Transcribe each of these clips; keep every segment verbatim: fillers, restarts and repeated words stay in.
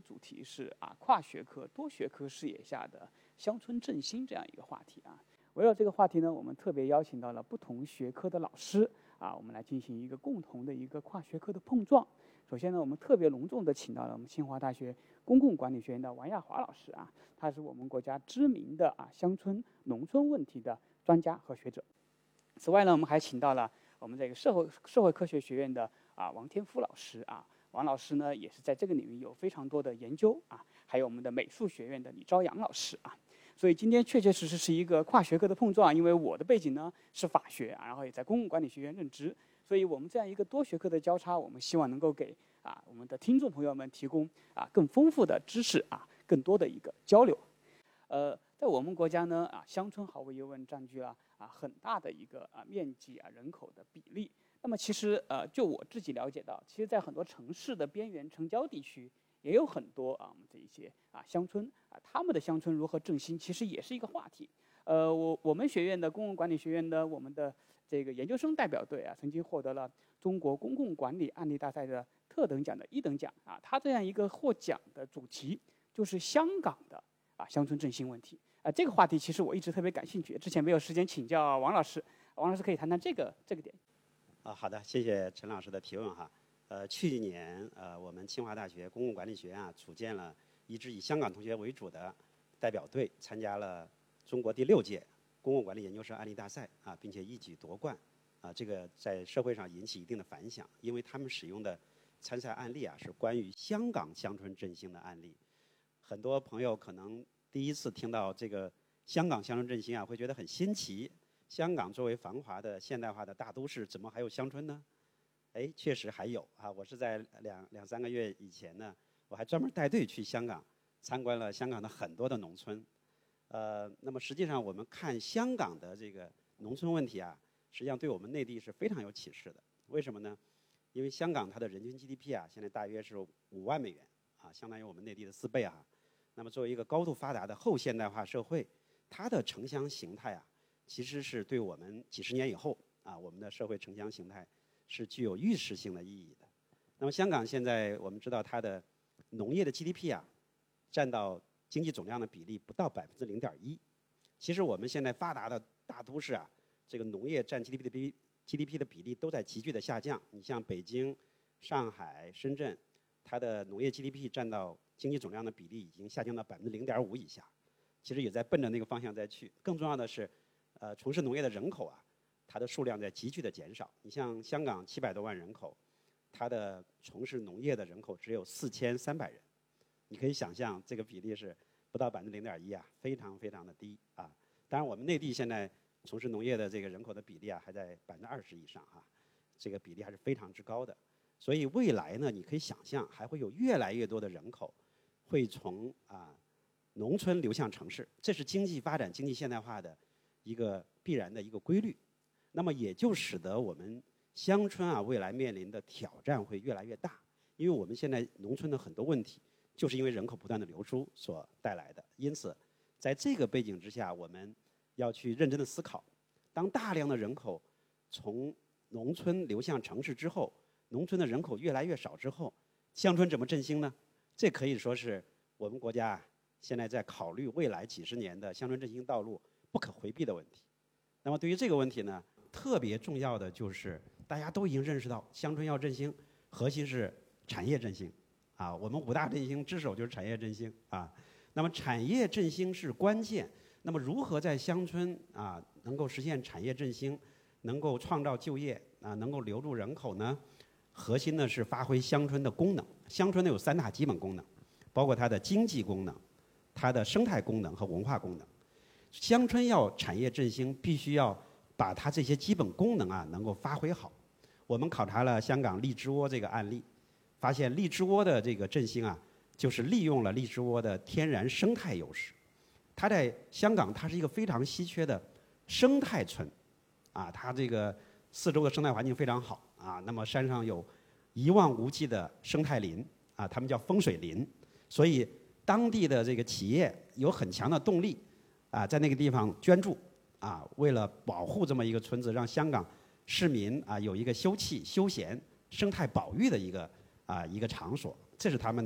主题是啊跨学科、多学科视野下的乡村振兴这样一个话题啊。围绕这个话题呢，我们特别邀请到了不同学科的老师啊，我们来进行一个共同的一个跨学科的碰撞。首先呢，我们特别隆重的请到了我们清华大学公共管理学院的王亚华老师啊，他是我们国家知名的啊乡村农村问题的专家和学者。此外呢，我们还请到了我们这个社会社会科学学院的啊王天夫老师啊，王老师呢也是在这个领域有非常多的研究啊，还有我们的美术学院的李朝阳老师啊。所以今天确确实实是一个跨学科的碰撞，因为我的背景呢是法学啊，然后也在公共管理学院任职，所以我们这样一个多学科的交叉，我们希望能够给啊我们的听众朋友们提供啊更丰富的知识啊，更多的一个交流。呃，在我们国家呢啊，乡村毫无疑问占据了啊很大的一个啊面积啊人口的比例。那么其实呃，就我自己了解到，其实在很多城市的边缘城郊地区，也有很多啊我们这一些啊乡村啊，他们的乡村如何振兴，其实也是一个话题。呃，我我们学院的公共管理学院的我们的这个研究生代表队啊，曾经获得了中国公共管理案例大赛的特等奖的一等奖啊。他这样一个获奖的主题就是香港的啊乡村振兴问题啊。这个话题其实我一直特别感兴趣，之前没有时间请教王老师，王老师可以谈谈这个这个点。 啊，好的，谢谢陈老师的提问哈。呃，去年呃，我们清华大学公共管理学院啊，组建了一支以香港同学为主的代表队，参加了中国第六届公共管理研究生案例大赛啊，并且一举夺冠啊。这个在社会上引起一定的反响，因为他们使用的参赛案例啊，是关于香港乡村振兴的案例。很多朋友可能第一次听到这个香港乡村振兴啊，会觉得很新奇。香港作为繁华的现代化的大都市，怎么还有乡村呢？哎，确实还有啊！我是在两两三个月以前呢，我还专门带队去香港参观了香港的很多的农村。呃，那么实际上我们看香港的这个农村问题啊，实际上对我们内地是非常有启示的。为什么呢？因为香港它的人均 G D P 啊，现在大约是五万美元啊，相当于我们内地的四倍啊。那么作为一个高度发达的后现代化社会，它的城乡形态啊，其实是对我们几十年以后啊，我们的社会城乡形态是具有预示性的意义的。那么香港现在我们知道它的农业的 G D P 啊，占到经济总量的比例不到百分之零点一。其实我们现在发达的大都市啊，这个农业占 G D P 的比 G D P 的比例都在急剧的下降。你像北京、上海、深圳，它的农业 G D P 占到经济总量的比例已经下降到百分之零点五以下。其实也在奔着那个方向在去。更重要的是，呃，从事农业的人口啊，它的数量在急剧的减少。你像香港七百多万人口，它的从事农业的人口只有四千三百人，你可以想象这个比例是不到百分之零点一啊，非常非常的低啊。当然，我们内地现在从事农业的这个人口的比例啊，还在百分之二十以上哈、啊，这个比例还是非常之高的。所以未来呢，你可以想象还会有越来越多的人口会从啊农村流向城市，这是经济发展、经济现代化的一个必然的一个规律。那么也就使得我们乡村啊未来面临的挑战会越来越大，因为我们现在农村的很多问题就是因为人口不断的流出所带来的。因此在这个背景之下，我们要去认真的思考，当大量的人口从农村流向城市之后，农村的人口越来越少之后，乡村怎么振兴呢？这可以说是我们国家现在在考虑未来几十年的乡村振兴道路不可回避的问题。那么对于这个问题呢，特别重要的就是大家都已经认识到，乡村要振兴，核心是产业振兴啊。我们五大振兴之首就是产业振兴啊。那么产业振兴是关键。那么如何在乡村啊能够实现产业振兴，能够创造就业啊，能够留住人口呢？核心呢是发挥乡村的功能。乡村呢有三大基本功能，包括它的经济功能、它的生态功能和文化功能。乡村要产业振兴，必须要把它这些基本功能啊能够发挥好。我们考察了香港荔枝窝这个案例，发现荔枝窝的这个振兴啊，就是利用了荔枝窝的天然生态优势。它在香港，它是一个非常稀缺的生态村，啊，它这个四周的生态环境非常好啊。那么山上有一望无际的生态林啊，他们叫风水林，所以当地的这个企业有很强的动力啊，在那个地方捐助啊，为了保护这么一个村子，让香港市民啊有一个休憩、休闲、生态保育的一个啊一个场所，这是他们的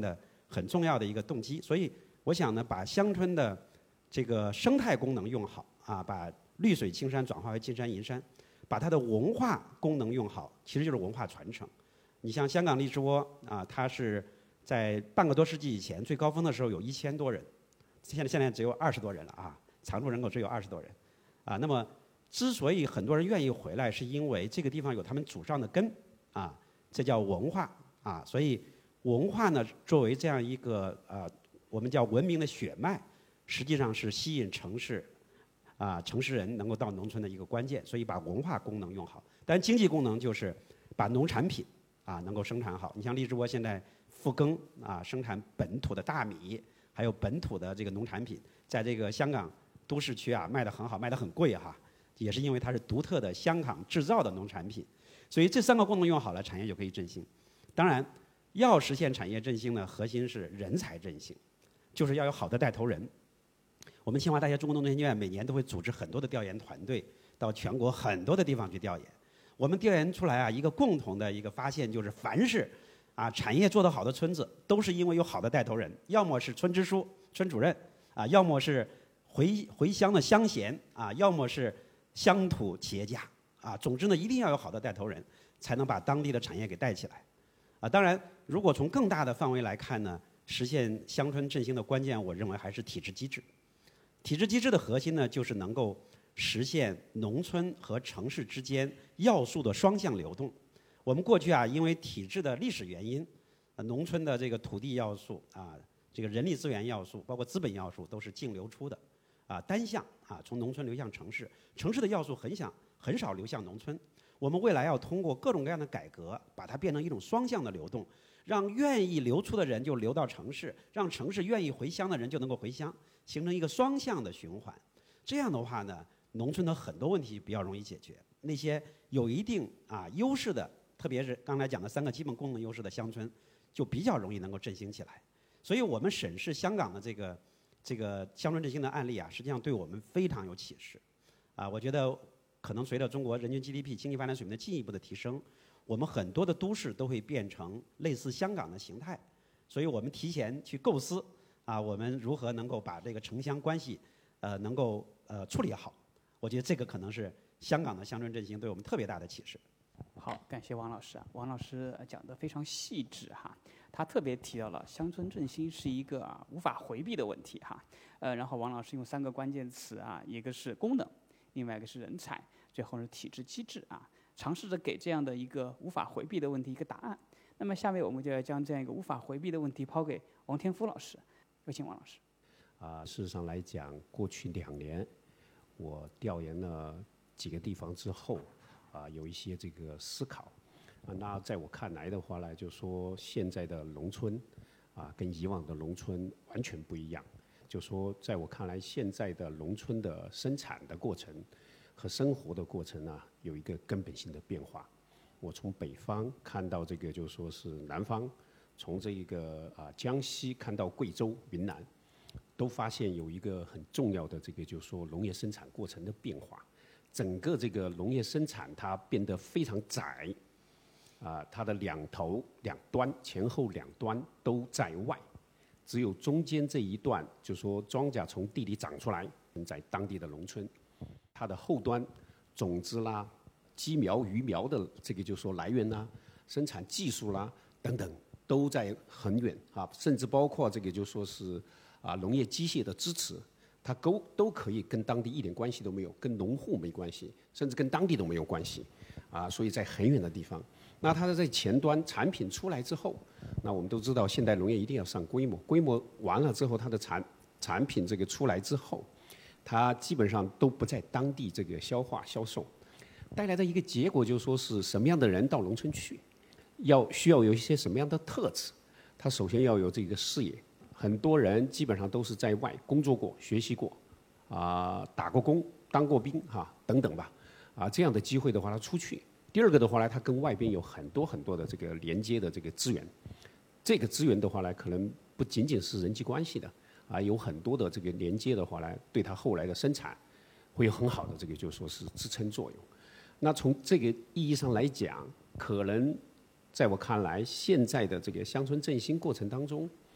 很重要的一个动机。所以我想呢，把乡村的这个生态功能用好啊，把绿水青山转化为金山银山，把它的文化功能用好，其实就是文化传承。你像香港荔枝窝啊，它是在半个多世纪以前最高峰的时候有一千多人，现在现在只有二十多人了啊，常住人口只有二十多人啊。那么之所以很多人愿意回来，是因为这个地方有他们祖上的根啊，这叫文化啊。所以文化呢，作为这样一个呃我们叫文明的血脉，实际上是吸引城市啊城市人能够到农村的一个关键。所以把文化功能用好，但经济功能就是把农产品啊能够生产好。你像荔枝窝现在复耕啊，生产本土的大米，还有本土的这个农产品，在这个香港都市区啊卖得很好，卖得很贵哈，也是因为它是独特的香港制造的农产品。所以这三个功能用好了，产业就可以振兴。当然，要实现产业振兴呢，核心是人才振兴，就是要有好的带头人。我们清华大学中国农村研究院每年都会组织很多的调研团队到全国很多的地方去调研。我们调研出来啊，一个共同的一个发现就是，凡是啊产业做得好的村子，都是因为有好的带头人，要么是村支书、村主任啊，要么是回回乡的乡贤啊，要么是乡土企业家啊。总之呢，一定要有好的带头人，才能把当地的产业给带起来啊。当然，如果从更大的范围来看呢，实现乡村振兴的关键，我认为还是体制机制。体制机制的核心呢，就是能够实现农村和城市之间要素的双向流动。我们过去啊，因为体制的历史原因，呃，农村的这个土地要素啊，这个人力资源要素，包括资本要素，都是净流出的，啊，单向啊，从农村流向城市，城市的要素很想很少流向农村。我们未来要通过各种各样的改革，把它变成一种双向的流动，让愿意流出的人就流到城市，让城市愿意回乡的人就能够回乡，形成一个双向的循环。这样的话呢，农村的很多问题比较容易解决。那些有一定啊优势的，特别是刚才讲的三个基本功能优势的乡村，就比较容易能够振兴起来。所以我们审视香港的这个这个乡村振兴的案例啊，实际上对我们非常有启示。啊，我觉得可能随着中国人均 G D P 经济发展水平的进一步的提升，我们很多的都市都会变成类似香港的形态。所以我们提前去构思啊，我们如何能够把这个城乡关系呃能够呃处理好。我觉得这个可能是香港的乡村振兴对我们特别大的启示。 好，感谢王老师啊，王老师讲得非常细致哈，他特别提到了乡村振兴是一个啊无法回避的问题哈，呃，然后王老师用三个关键词啊，一个是功能，另外一个是人才，最后是体制机制啊，尝试着给这样的一个无法回避的问题一个答案。那么下面我们就要将这样一个无法回避的问题抛给王天福老师，有请王老师。 啊，事实上来讲，过去两年我调研了几个地方之后，啊，有一些这个思考。啊，那在我看来的话呢，就说现在的农村啊，跟以往的农村完全不一样。就说在我看来，现在的农村的生产的过程和生活的过程呢，有一个根本性的变化。我从北方看到这个，就说是南方，从这一个啊江西看到贵州、云南，都发现有一个很重要的这个，就是说农业生产过程的变化。整个这个农业生产它变得非常窄，啊，它的两头两端前后两端都在外，只有中间这一段，就说庄稼从地里长出来，在当地的农村，它的后端种子啦、鸡苗、鱼苗的这个就说来源啦、生产技术啦等等，都在很远啊，甚至包括这个就说是啊农业机械的支持。它都都可以跟当地一点关系都没有，跟农户没关系，甚至跟当地都没有关系，啊，所以在很远的地方。那它的在前端产品出来之后，那我们都知道现代农业一定要上规模，规模完了之后，它的产产品这个出来之后，它基本上都不在当地这个消化销售，带来的一个结果就是说是什么样的人到农村去，要需要有一些什么样的特质，他首先要有这个视野。很多人基本上都是在外工作过、学习过，啊，打过工、当过兵哈、啊、等等吧，啊，这样的机会的话，他出去。第二个的话呢，他跟外边有很多很多的这个连接的这个资源，这个资源的话呢，可能不仅仅是人际关系的，啊，有很多的这个连接的话呢，对他后来的生产会有很好的这个就说是支撑作用。那从这个意义上来讲，可能在我看来，现在的这个乡村振兴过程当中，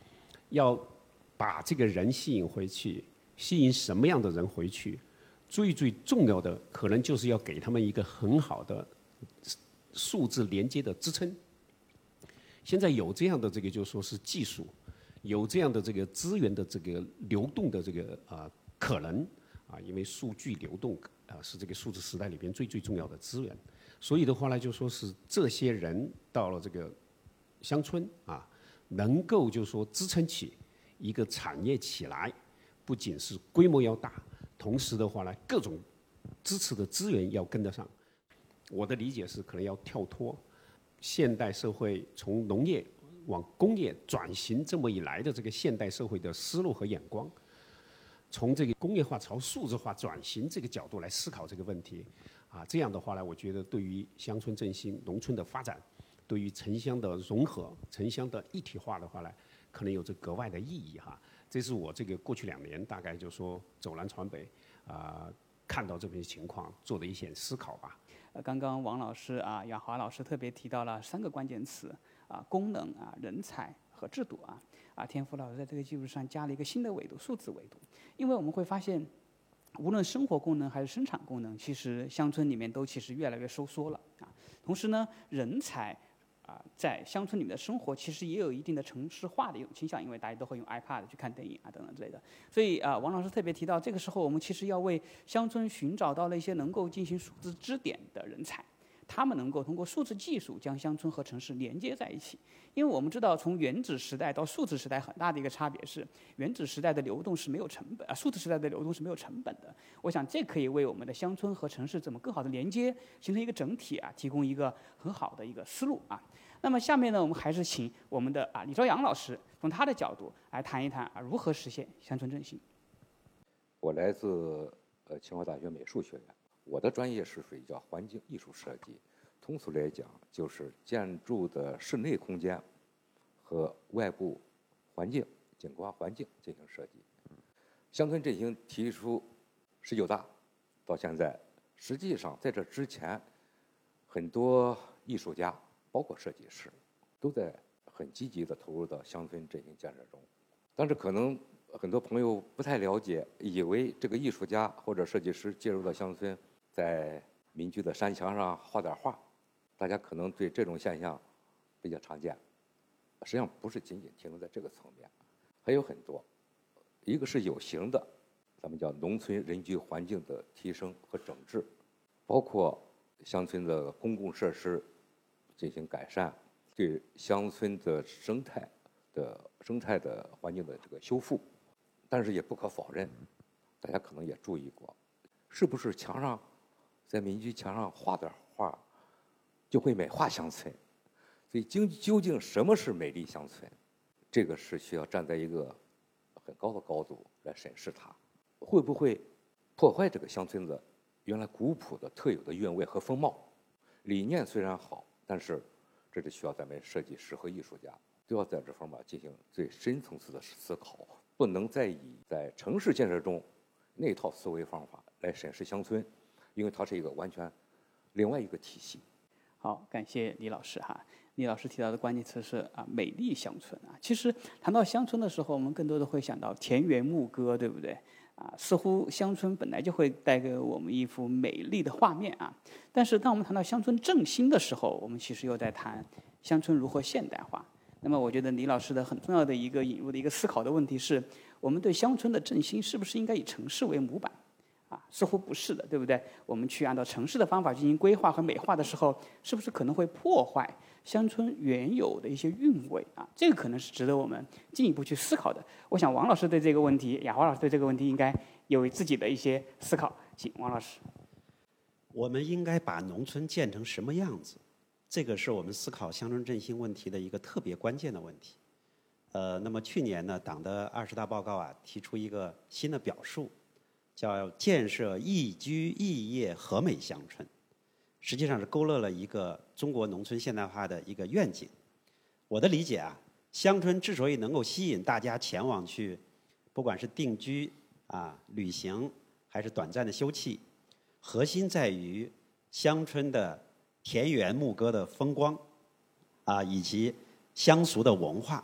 要把这个人吸引回去，吸引什么样的人回去？最最重要的，可能就是要给他们一个很好的数字连接的支撑。现在有这样的这个就说是技术，有这样的这个资源的这个流动的这个啊、呃、可能啊，因为数据流动啊是这个数字时代里边最最重要的资源。所以的话呢，就说是这些人到了这个乡村啊，能够就说支撑起一个产业起来，不仅是规模要大，同时的话呢，各种支持的资源要跟得上。我的理解是，可能要跳脱现代社会从农业往工业转型这么一来的这个现代社会的思路和眼光，从这个工业化朝数字化转型这个角度来思考这个问题，啊，这样的话呢，我觉得对于乡村振兴、农村的发展，对于城乡的融合、城乡的一体化的话呢，可能有着格外的意义哈。这是我这个过去两年大概就说走南闯北啊、呃，看到这些情况做的一些思考吧。 呃，刚刚王老师啊、亚华老师特别提到了三个关键词啊，功能啊、人才和制度啊。啊，天福老师在这个基础上加了一个新的维度，数字维度。因为我们会发现，无论生活功能还是生产功能，其实乡村里面都其实越来越收缩了啊。同时呢，人才啊，在乡村里面的生活其实也有一定的城市化的一种倾向，因为大家都会用 iPad 去看电影啊等等之类的。所以啊，王老师特别提到，这个时候我们其实要为乡村寻找到了一些能够进行数字支点的人才。他们能够通过数字技术将乡村和城市连接在一起，因为我们知道，从原址时代到数字时代，很大的一个差别是，原址时代的流动是没有成本啊，数字时代的流动是没有成本的。我想这可以为我们的乡村和城市怎么更好的连接，形成一个整体啊，提供一个很好的一个思路啊。那么下面呢，我们还是请我们的啊李朝阳老师从他的角度来谈一谈啊如何实现乡村振兴。 我来自呃清华大学美术学院。我的专业是属于叫环境艺术设计，通俗来讲就是建筑的室内空间和外部环境、景观环境进行设计。乡村振兴提出十九大到现在，实际上在这之前，很多艺术家包括设计师都在很积极地投入到乡村振兴建设中。但是可能很多朋友不太了解，以为这个艺术家或者设计师介入到乡村，在民居的山墙上画点画，大家可能对这种现象比较常见。实际上不是仅仅停留在这个层面，还有很多。一个是有形的，咱们叫农村人居环境的提升和整治，包括乡村的公共设施进行改善，对乡村的生态的生态的环境的这个修复。但是也不可否认，大家可能也注意过，是不是墙上在民居墙上画点画就会美化乡村？所以究究竟什么是美丽乡村，这个是需要站在一个很高的高度来审视它，会不会破坏这个乡村的原来古朴的特有的韵味和风貌？理念虽然好，但是这是需要咱们设计师和艺术家都要在这方面进行最深层次的思考，不能再以在城市建设中那套思维方法来审视乡村，因为它是一个完全另外一个体系。 好，感谢李老师哈。李老师提到的关键词是啊，美丽乡村啊。其实谈到乡村的时候，我们更多的会想到田园牧歌，对不对？啊，似乎乡村本来就会带给我们一幅美丽的画面啊。但是当我们谈到乡村振兴的时候，我们其实又在谈乡村如何现代化。那么我觉得李老师的很重要的一个引入的一个思考的问题是，我们对乡村的振兴是不是应该以城市为模板？啊，似乎不是的，对不对？我们去按照城市的方法进行规划和美化的时候，是不是可能会破坏乡村原有的一些韵味啊？这个可能是值得我们进一步去思考的。我想王老师对这个问题，亚华老师对这个问题应该有自己的一些思考。请王老师。 我们应该把农村建成什么样子？这个是我们思考乡村振兴问题的一个特别关键的问题。呃，那么去年呢，党的二十大报告啊，提出一个新的表述，叫建设宜居宜业和美乡村，实际上是勾勒了一个中国农村现代化的一个愿景。我的理解啊，乡村之所以能够吸引大家前往去，不管是定居啊、旅行还是短暂的休憩，核心在于乡村的田园牧歌的风光啊，以及乡俗的文化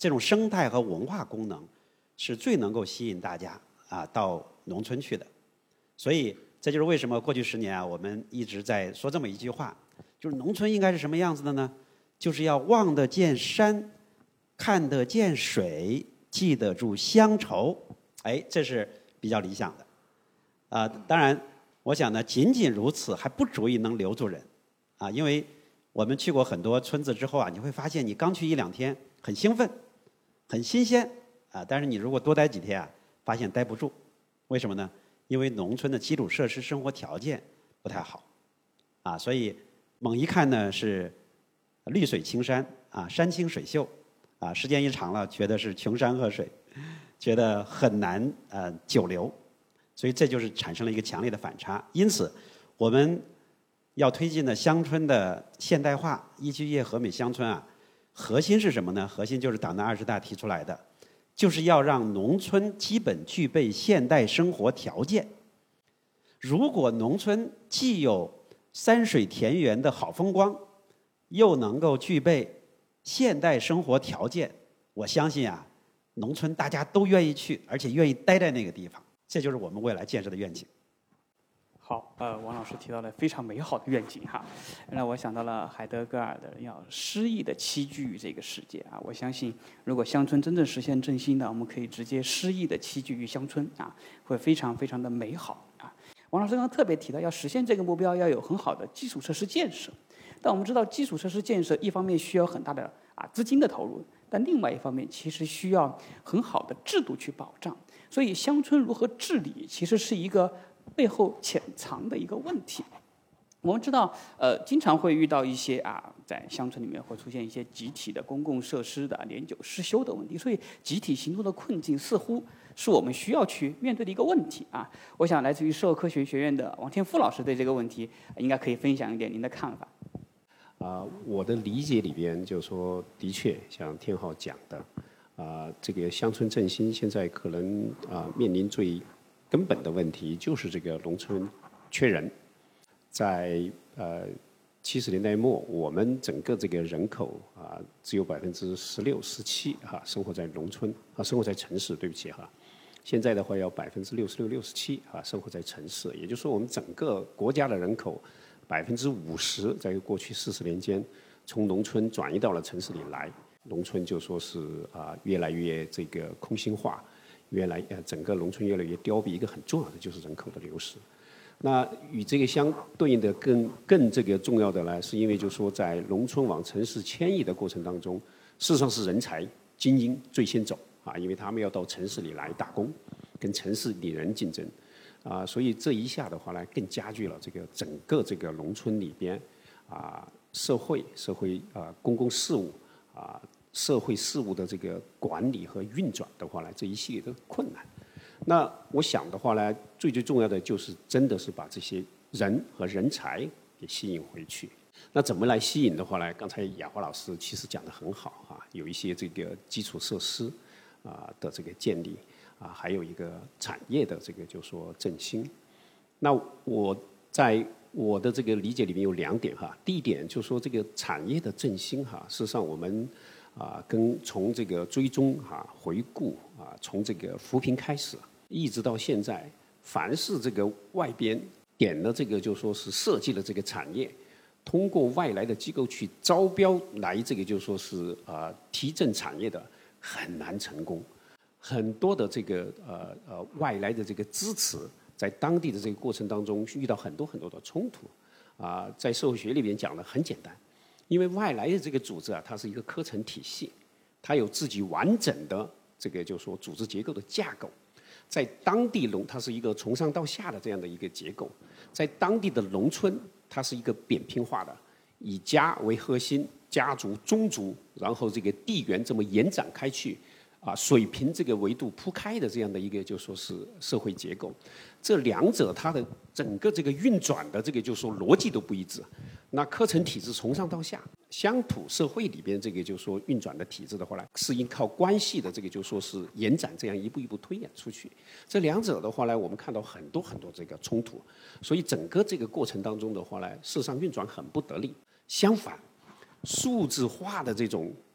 这种生态和文化功能是最能够吸引大家啊到农村去的。所以这就是为什么过去十年啊，我们一直在说这么一句话，就是农村应该是什么样子的呢？就是要望得见山，看得见水，记得住乡愁。哎，这是比较理想的。啊、呃，当然，我想呢，仅仅如此还不足以能留住人，啊，因为我们去过很多村子之后啊，你会发现你刚去一两天很兴奋，很新鲜，啊，但是你如果多待几天啊，发现待不住。为什么呢？因为农村的基础设施、生活条件不太好，啊，所以猛一看呢是绿水青山啊，山清水秀，啊，时间一长了，觉得是穷山恶水，觉得很难呃久留。所以这就是产生了一个强烈的反差。因此，我们要推进的乡村的现代化、宜居业和美乡村啊，核心是什么呢？核心就是党的二十大提出来的，就是要让农村基本具备现代生活条件。如果农村既有山水田园的好风光，又能够具备现代生活条件，我相信啊，农村大家都愿意去，而且愿意待在那个地方。这就是我们未来建设的愿景。 好，呃，王老师提到了非常美好的愿景哈，让我想到了海德格尔的要诗意的栖居于这个世界啊。我相信，如果乡村真正实现振兴呢，我们可以直接诗意的栖居于乡村啊，会非常非常的美好啊。王老师刚刚特别提到，要实现这个目标，要有很好的基础设施建设。但我们知道，基础设施建设一方面需要很大的啊资金的投入，但另外一方面其实需要很好的制度去保障。所以，乡村如何治理，其实是一个背后潜藏的一个问题。我们知道，呃，经常会遇到一些啊，在乡村里面会出现一些集体的公共设施的年久失修的问题，所以集体行动的困境似乎是我们需要去面对的一个问题啊。我想，来自于社会科学学院的王天夫老师对这个问题应该可以分享一点您的看法。 啊、呃，我的理解里边就是说，的确像天浩讲的，啊、呃，这个乡村振兴现在可能啊、呃、面临最根本的问题就是这个农村缺人。在呃七十年代末，我们整个这个人口啊、呃、只有百分之十六、十七哈生活在农村啊，生活在城市，对不起哈。现在的话要百分之六十六、六十七啊生活在城市，也就是说我们整个国家的人口。百分之五十在过去四十年间，从农村转移到了城市里来，农村就说是啊、呃、越来越这个空心化，越来呃整个农村越来越凋敝。一个很重要的就是人口的流失。那与这个相对应的更更这个重要的呢，是因为就说在农村往城市迁移的过程当中，事实上是人才精英最先走啊，因为他们要到城市里来打工，跟城市里人竞争。啊，所以这一下的话呢，更加剧了这个整个这个农村里边啊，社会社会啊公共事务啊社会事务的这个管理和运转的话呢，这一系列的困难。那我想的话呢，最最重要的就是真的是把这些人和人才给吸引回去。那怎么来吸引的话呢？刚才雅华老师其实讲得很好啊，有一些这个基础设施啊的这个建立。啊，还有一个产业的这个就是说振兴。那我在我的这个理解里面有两点哈。第一点就是说这个产业的振兴哈，事实上我们啊跟从这个追踪哈回顾啊，从这个扶贫开始，一直到现在，凡是这个外边点了这个就说是设计了这个产业，通过外来的机构去招标来这个就说是啊提振产业的，很难成功。很多的这个呃呃外来的这个支持，在当地的这个过程当中遇到很多很多的冲突，啊、呃，在社会学里面讲的很简单，因为外来的这个组织啊，它是一个科层体系，它有自己完整的这个就是说组织结构的架构，在当地农它是一个从上到下的这样的一个结构，在当地的农村它是一个扁平化的，以家为核心，家族、宗族，然后这个地缘这么延展开去。啊，水平这个维度铺开的这样的一个就说是社会结构，这两者它的整个这个运转的这个就说逻辑都不一致。那科层体制从上到下，乡土社会里边这个就说运转的体制的话呢，是依靠关系的这个就说是延展，这样一步一步推演出去。这两者的话呢，我们看到很多很多这个冲突，所以整个这个过程当中的话呢，事实上运转很不得力。相反，数字化的这种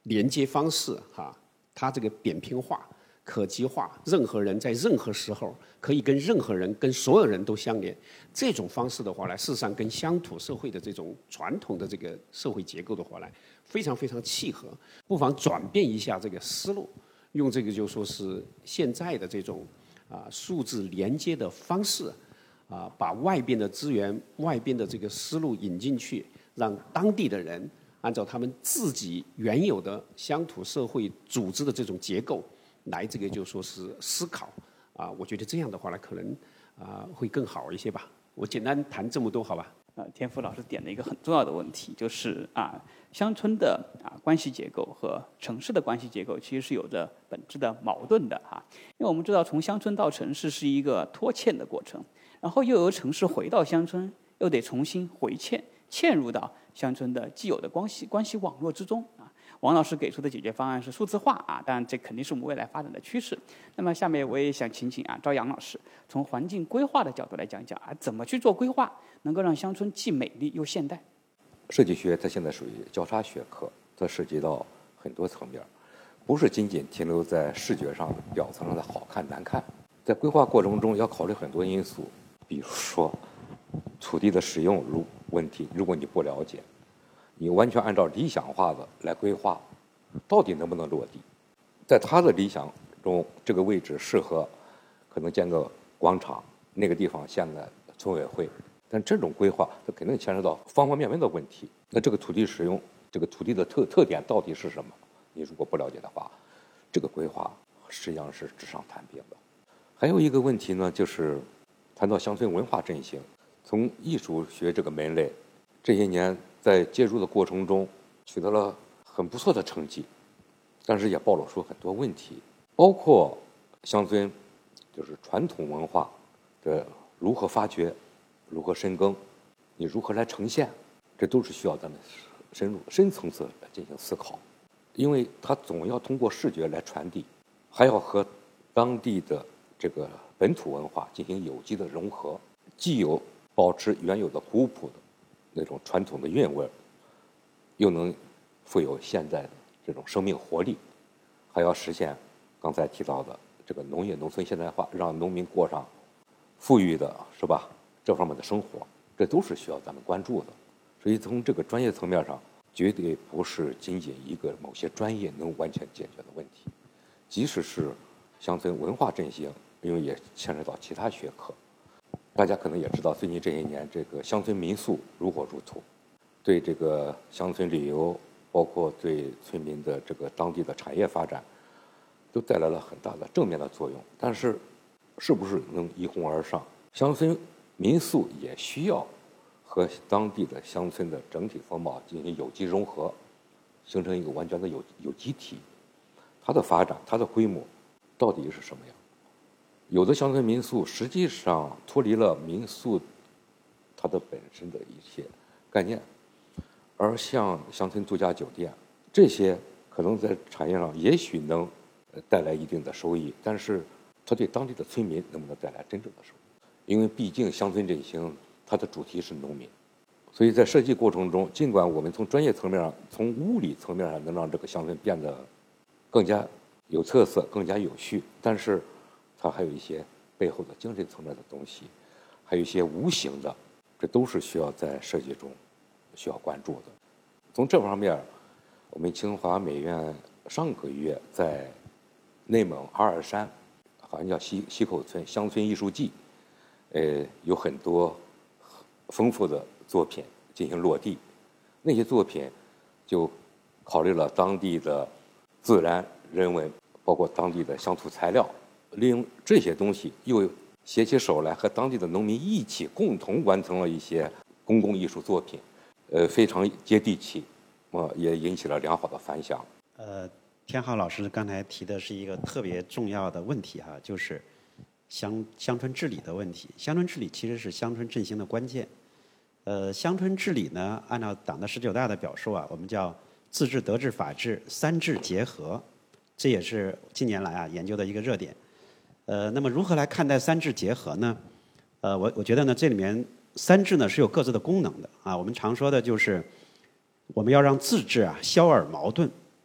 连接方式哈，它这个扁平化、可及化，任何人在任何时候可以跟任何人、跟所有人都相连。这种方式的话呢，事实上跟乡土社会的这种传统的这个社会结构的话呢，非常非常契合。不妨转变一下这个思路，用这个就说是现在的这种啊数字连接的方式，啊把外边的资源、外边的这个思路引进去，让当地的人按照他们自己原有的乡土社会组织的这种结构来这个就说是思考啊，我觉得这样的话呢，可能啊会更好一些吧。我简单谈这么多，好吧？ 呃，天福老师点了一个很重要的问题，就是啊，乡村的啊关系结构和城市的关系结构其实是有着本质的矛盾的哈。因为我们知道，从乡村到城市是一个拖欠的过程，然后又由城市回到乡村，又得重新回嵌，嵌入到乡村的既有的关系关系网络之中啊。王老师给出的解决方案是数字化啊，当然这肯定是我们未来发展的趋势。那么下面我也想请请啊朝阳老师，从环境规划的角度来讲讲啊，怎么去做规划，能够让乡村既美丽又现代。 设计学它现在属于交叉学科，它涉及到很多层面，不是仅仅停留在视觉上的表层上的好看难看。在规划过程中要考虑很多因素，比如说土地的使用如问题，如果你不了解，你完全按照理想化的来规划，到底能不能落地？在他的理想中，这个位置适合可能建个广场，那个地方现在村委会，但这种规划它肯定牵扯到方方面面的问题。那这个土地使用，这个土地的特特点到底是什么？你如果不了解的话，这个规划实际上是纸上谈兵的。还有一个问题呢，就是谈到乡村文化振兴，从艺术学这个门类，这些年在介入的过程中取得了很不错的成绩，但是也暴露出很多问题，包括乡村就是传统文化的如何发掘、如何深耕，你如何来呈现，这都是需要咱们深入深层次来进行思考，因为它总要通过视觉来传递，还要和当地的这个本土文化进行有机的融合，既有保持原有的古朴的那种传统的韵味，又能富有现在的这种生命活力，还要实现刚才提到的这个农业农村现代化，让农民过上富裕的是吧这方面的生活，这都是需要咱们关注的。所以从这个专业层面上，绝对不是仅仅一个某些专业能完全解决的问题。即使是乡村文化振兴，因为也牵扯到其他学科，大家可能也知道，最近这些年这个乡村民宿如火如荼，对这个乡村旅游，包括对村民的这个当地的产业发展，都带来了很大的正面的作用。但是，是不是能一哄而上？乡村民宿也需要和当地的乡村的整体风貌进行有机融合，形成一个完全的有有机体。它的发展，它的规模到底是什么样？有的乡村民宿实际上脱离了民宿它的本身的一些概念，而像乡村度假酒店这些，可能在产业上也许能带来一定的收益，但是它对当地的村民能不能带来真正的收益？因为毕竟乡村振兴它的主题是农民，所以在设计过程中，尽管我们从专业层面上、从物理层面上能让这个乡村变得更加有特色、更加有序，但是它还有一些背后的精神层面的东西，还有一些无形的，这都是需要在设计中需要关注的。从这方面，我们清华美院上个月在内蒙阿尔山，好像叫西西口村乡村艺术季，呃，有很多丰富的作品进行落地。那些作品就考虑了当地的自然、人文，包括当地的乡土材料，利用这些东西，又携起手来和当地的农民一起共同完成了一些公共艺术作品，呃，非常接地气，呃，也引起了良好的反响。 呃，天浩老师刚才提的是一个特别重要的问题哈，就是乡乡村治理的问题。乡村治理其实是乡村振兴的关键。呃，乡村治理呢，按照党的十九大的表述啊，我们叫自治、德治、法治三治结合，这也是近年来啊研究的一个热点。呃，那么如何来看待三治结合呢？呃，我我觉得呢，这里面三治呢是有各自的功能的啊。我们常说的就是，我们要让自治啊消耳矛盾，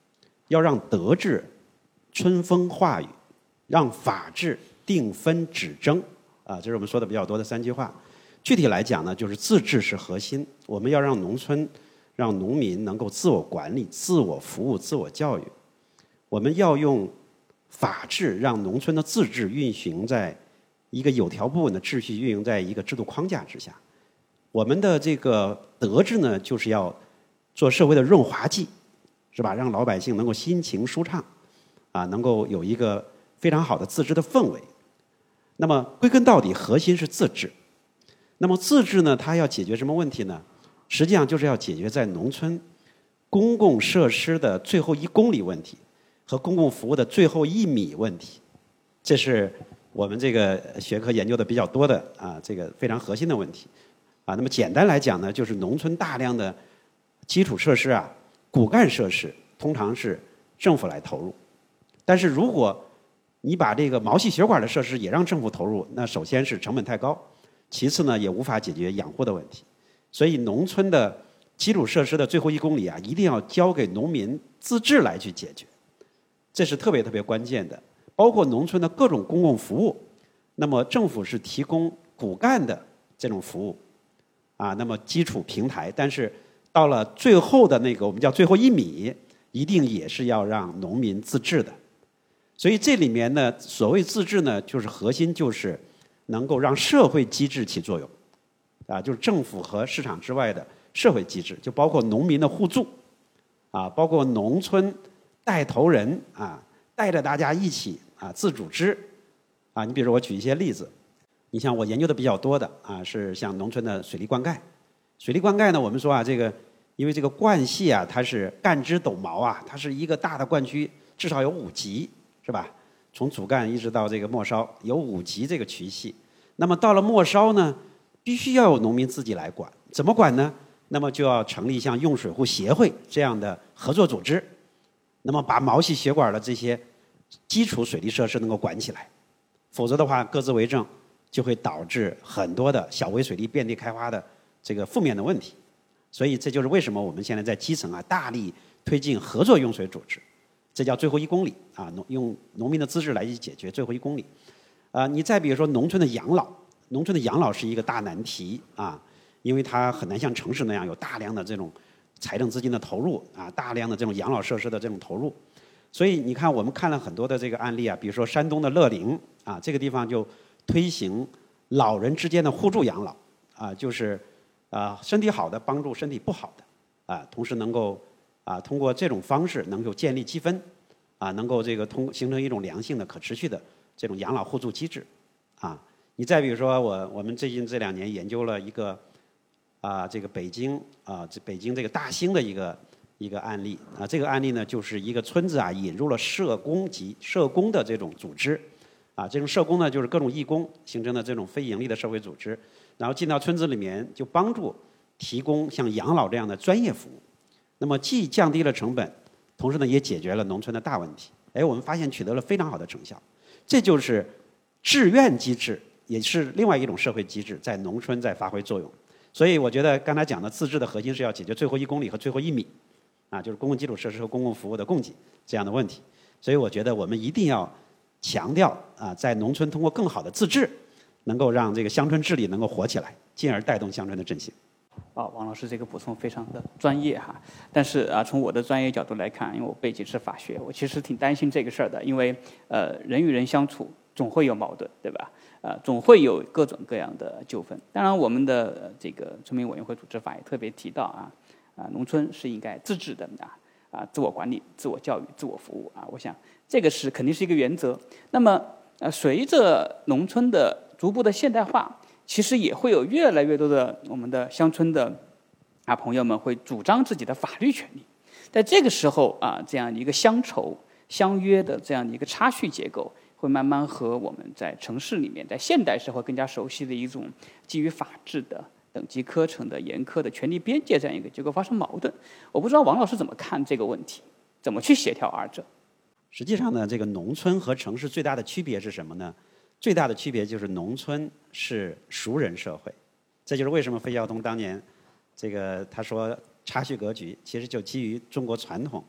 要让德治春风化雨，让法治定分止争啊，这是我们说的比较多的三句话。具体来讲呢，就是自治是核心，我们要让农村、让农民能够自我管理、自我服务、自我教育。我们要用法治让农村的自治运行在一个有条不紊的秩序，运营在一个制度框架之下。我们的这个德治呢，就是要做社会的润滑剂，是吧？让老百姓能够心情舒畅，啊，能够有一个非常好的自治的氛围。那么归根到底，核心是自治。那么自治呢，它要解决什么问题呢？实际上就是要解决在农村公共设施的最后一公里问题和公共服务的最后一米问题。这是我们这个学科研究的比较多的啊，这个非常核心的问题啊。那么简单来讲呢，就是农村大量的基础设施啊、骨干设施，通常是政府来投入。但是如果你把这个毛细血管的设施也让政府投入，那首先是成本太高，其次呢也无法解决养护的问题。所以农村的基础设施的最后一公里啊，一定要交给农民自治来去解决，这是特别特别关键的。包括农村的各种公共服务，那么政府是提供骨干的这种服务啊，那么基础平台，但是到了最后的那个我们叫最后一米，一定也是要让农民自治的。所以这里面呢，所谓自治呢，就是核心就是能够让社会机制起作用啊，就是政府和市场之外的社会机制，就包括农民的互助啊，包括农村带头人啊，带着大家一起啊自组织啊。你比如我举一些例子，你像我研究的比较多的啊，是像农村的水利灌溉。水利灌溉呢，我们说啊，这个因为这个灌系啊，它是干枝斗毛啊，它是一个大的灌区，至少有五级，是吧？从主干一直到这个末梢，有五级这个渠系。那么到了末梢呢，必须要有农民自己来管，怎么管呢？那么就要成立像用水户协会这样的合作组织，那么把毛细血管的这些基础水利设施能够管起来，否则的话各自为政，就会导致很多的小微水利遍地开花的这个负面的问题。所以这就是为什么我们现在在基层啊大力推进合作用水组织，这叫最后一公里啊，农用农民的资质来解决最后一公里。啊、呃，你再比如说农村的养老，农村的养老是一个大难题啊，因为它很难像城市那样有大量的这种财政资金的投入啊，大量的这种养老设施的这种投入。所以你看，我们看了很多的这个案例啊，比如说山东的乐陵啊，这个地方就推行老人之间的互助养老啊，就是啊身体好的帮助身体不好的啊，同时能够啊通过这种方式能够建立积分啊，能够这个通形成一种良性的可持续的这种养老互助机制啊。你再比如说我我们最近这两年研究了一个啊这个北京啊这北京这个大兴的一个一个案例啊，这个案例呢就是一个村子啊引入了社工级社工的这种组织啊，这种社工呢就是各种义工形成的这种非盈利的社会组织，然后进到村子里面就帮助提供像养老这样的专业服务，那么既降低了成本，同时呢也解决了农村的大问题。哎，我们发现取得了非常好的成效，这就是志愿机制，也是另外一种社会机制在农村在发挥作用。所以我觉得刚才讲的自治的核心是要解决最后一公里和最后一米啊，就是公共基础设施和公共服务的供给这样的问题。所以我觉得我们一定要强调啊，在农村通过更好的自治，能够让这个乡村治理能够活起来，进而带动乡村的振兴。 啊，王老师这个补充非常的专业哈，但是啊，从我的专业角度来看，因为我背景是法学，我其实挺担心这个事儿的，因为呃，人与人相处总会有矛盾，对吧？呃，总会有各种各样的纠纷。当然，我们的、呃、这个村民委员会组织法也特别提到啊，啊，农村是应该自治的啊，啊，自我管理、自我教育、自我服务啊，我想这个是肯定是一个原则。那么呃，随着农村的逐步的现代化，其实也会有越来越多的我们的乡村的啊朋友们会主张自己的法律权利。在这个时候啊，这样一个乡筹相约的这样的一个差序结构，会慢慢和我们在城市里面，在现代社会更加熟悉的一种基于法治的等级课程的严苛的权利边界这样一个结构发生矛盾。我不知道王老师怎么看这个问题，怎么去协调二者？ 实际上呢，这个农村和城市最大的区别是什么呢？最大的区别就是农村是熟人社会，这就是为什么费孝通当年这个他说差序格局，其实就基于中国传统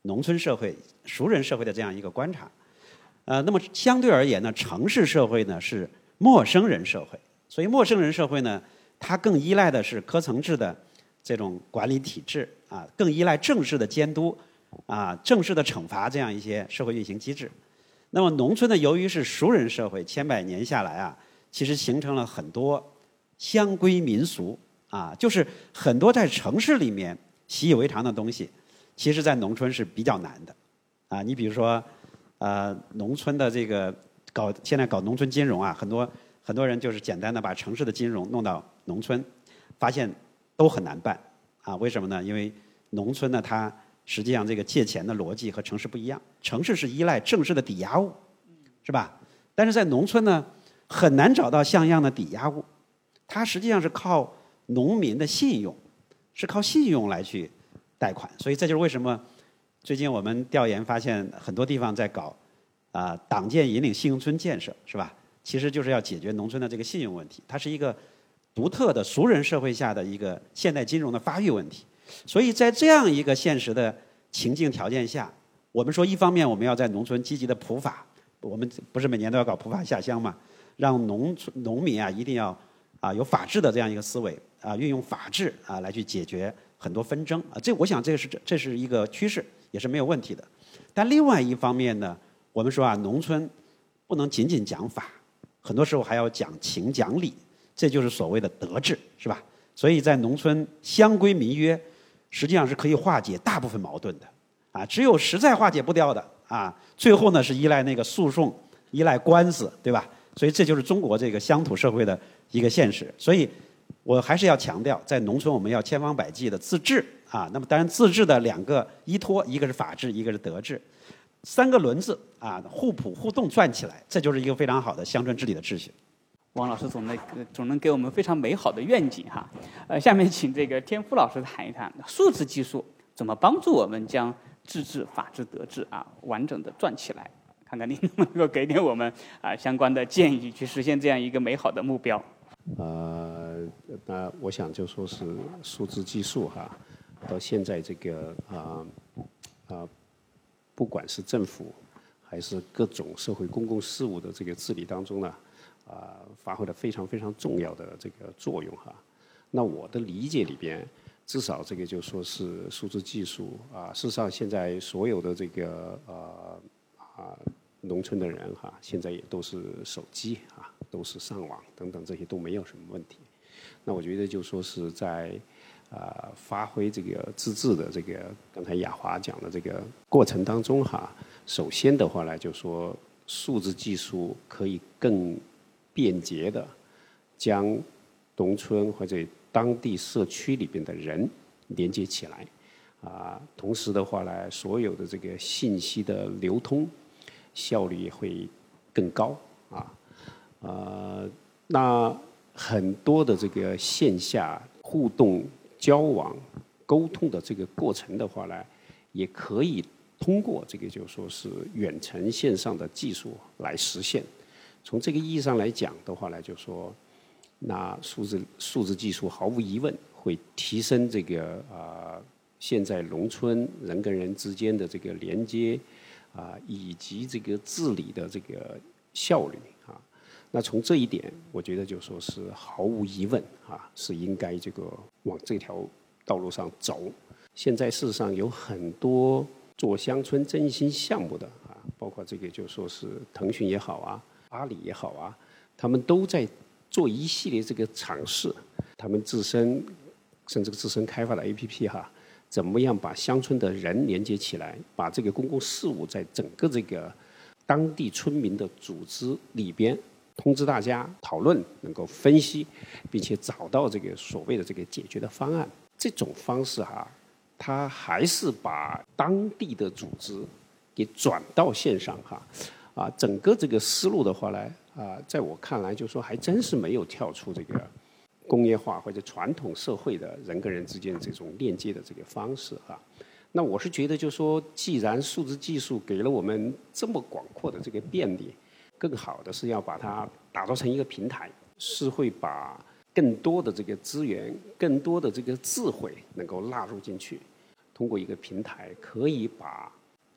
农村社会、熟人社会的这样一个观察。呃，那么相对而言呢，城市社会呢是陌生人社会，所以陌生人社会呢，它更依赖的是科层制的这种管理体制啊，更依赖正式的监督啊、正式的惩罚这样一些社会运行机制。那么农村呢，由于是熟人社会，千百年下来啊，其实形成了很多乡规民俗啊，就是很多在城市里面习以为常的东西，其实在农村是比较难的啊。你比如说。呃，农村的这个搞现在搞农村金融啊，很多很多人就是简单的把城市的金融弄到农村，发现都很难办啊。为什么呢？因为农村呢，它实际上这个借钱的逻辑和城市不一样。城市是依赖正式的抵押物，是吧？但是在农村呢，很难找到像样的抵押物，它实际上是靠农民的信用，是靠信用来去贷款。所以这就是为什么。最近我们调研发现，很多地方在搞啊、呃、党建引领信用村建设，是吧？其实就是要解决农村的这个信用问题，它是一个独特的熟人社会下的一个现代金融的发育问题。所以在这样一个现实的情境条件下，我们说一方面我们要在农村积极的普法，我们不是每年都要搞普法下乡嘛？让农村农民啊一定要啊有法治的这样一个思维啊，运用法治啊来去解决很多纷争啊。这我想这个是这是一个趋势。也是没有问题的，但另外一方面呢，我们说啊，农村不能仅仅讲法，很多时候还要讲情讲理，这就是所谓的德治，是吧？所以在农村乡规民约，实际上是可以化解大部分矛盾的，啊，只有实在化解不掉的啊，最后呢是依赖那个诉讼，依赖官司，对吧？所以这就是中国这个乡土社会的一个现实。所以我还是要强调，在农村我们要千方百计的自治。啊，那么当然，自治的两个依托，一个是法治，一个是德治，三个轮子啊，互补互动转起来，这就是一个非常好的乡村治理的秩序。 王老师总能总能给我们非常美好的愿景哈。呃，下面请这个天福老师谈一谈数字技术怎么帮助我们将自治、法治、德治啊完整的转起来。看看您能不能够给点我们啊相关的建议，去实现这样一个美好的目标。 呃，那我想就说是数字技术哈。到现在这个啊啊、呃呃，不管是政府还是各种社会公共事务的这个治理当中呢，啊、呃，发挥了非常非常重要的这个作用哈。那我的理解里边，至少这个就说是数字技术啊、呃，事实上现在所有的这个呃啊农村的人哈，现在也都是手机啊，都是上网等等，这些都没有什么问题。那我觉得就说是在。啊、呃，发挥这个自治的这个，刚才雅华讲的这个过程当中哈，首先的话呢，就说数字技术可以更便捷的将农村或者当地社区里边的人连接起来，啊、呃，同时的话呢，所有的这个信息的流通效率也会更高啊，呃，那很多的这个线下互动。交往、沟通的这个过程的话呢，也可以通过这个就说是远程线上的技术来实现。从这个意义上来讲的话呢，就说那数字数字技术毫无疑问会提升这个啊、呃、现在农村人跟人之间的这个连接啊、呃、以及这个治理的这个效率啊。那从这一点，我觉得就说是毫无疑问啊，是应该这个往这条道路上走。现在事实上有很多做乡村振兴项目的啊，包括这个就说是腾讯也好啊，阿里也好啊，他们都在做一系列这个尝试，他们自身甚至自身开发的 A P P 哈，怎么样把乡村的人连接起来，把这个公共事务在整个这个当地村民的组织里边。通知大家讨论，能够分析，并且找到这个所谓的这个解决的方案。这种方式哈，它还是把当地的组织给转到线上哈，啊，整个这个思路的话呢，啊，在我看来，就说还真是没有跳出这个工业化或者传统社会的人跟人之间的这种链接的这个方式哈。那我是觉得，就说既然数字技术给了我们这么广阔的这个便利。更好的是要把它打造成一个平台，是会把更多的这个资源、更多的这个智慧能够纳入进去，通过一个平台，可以把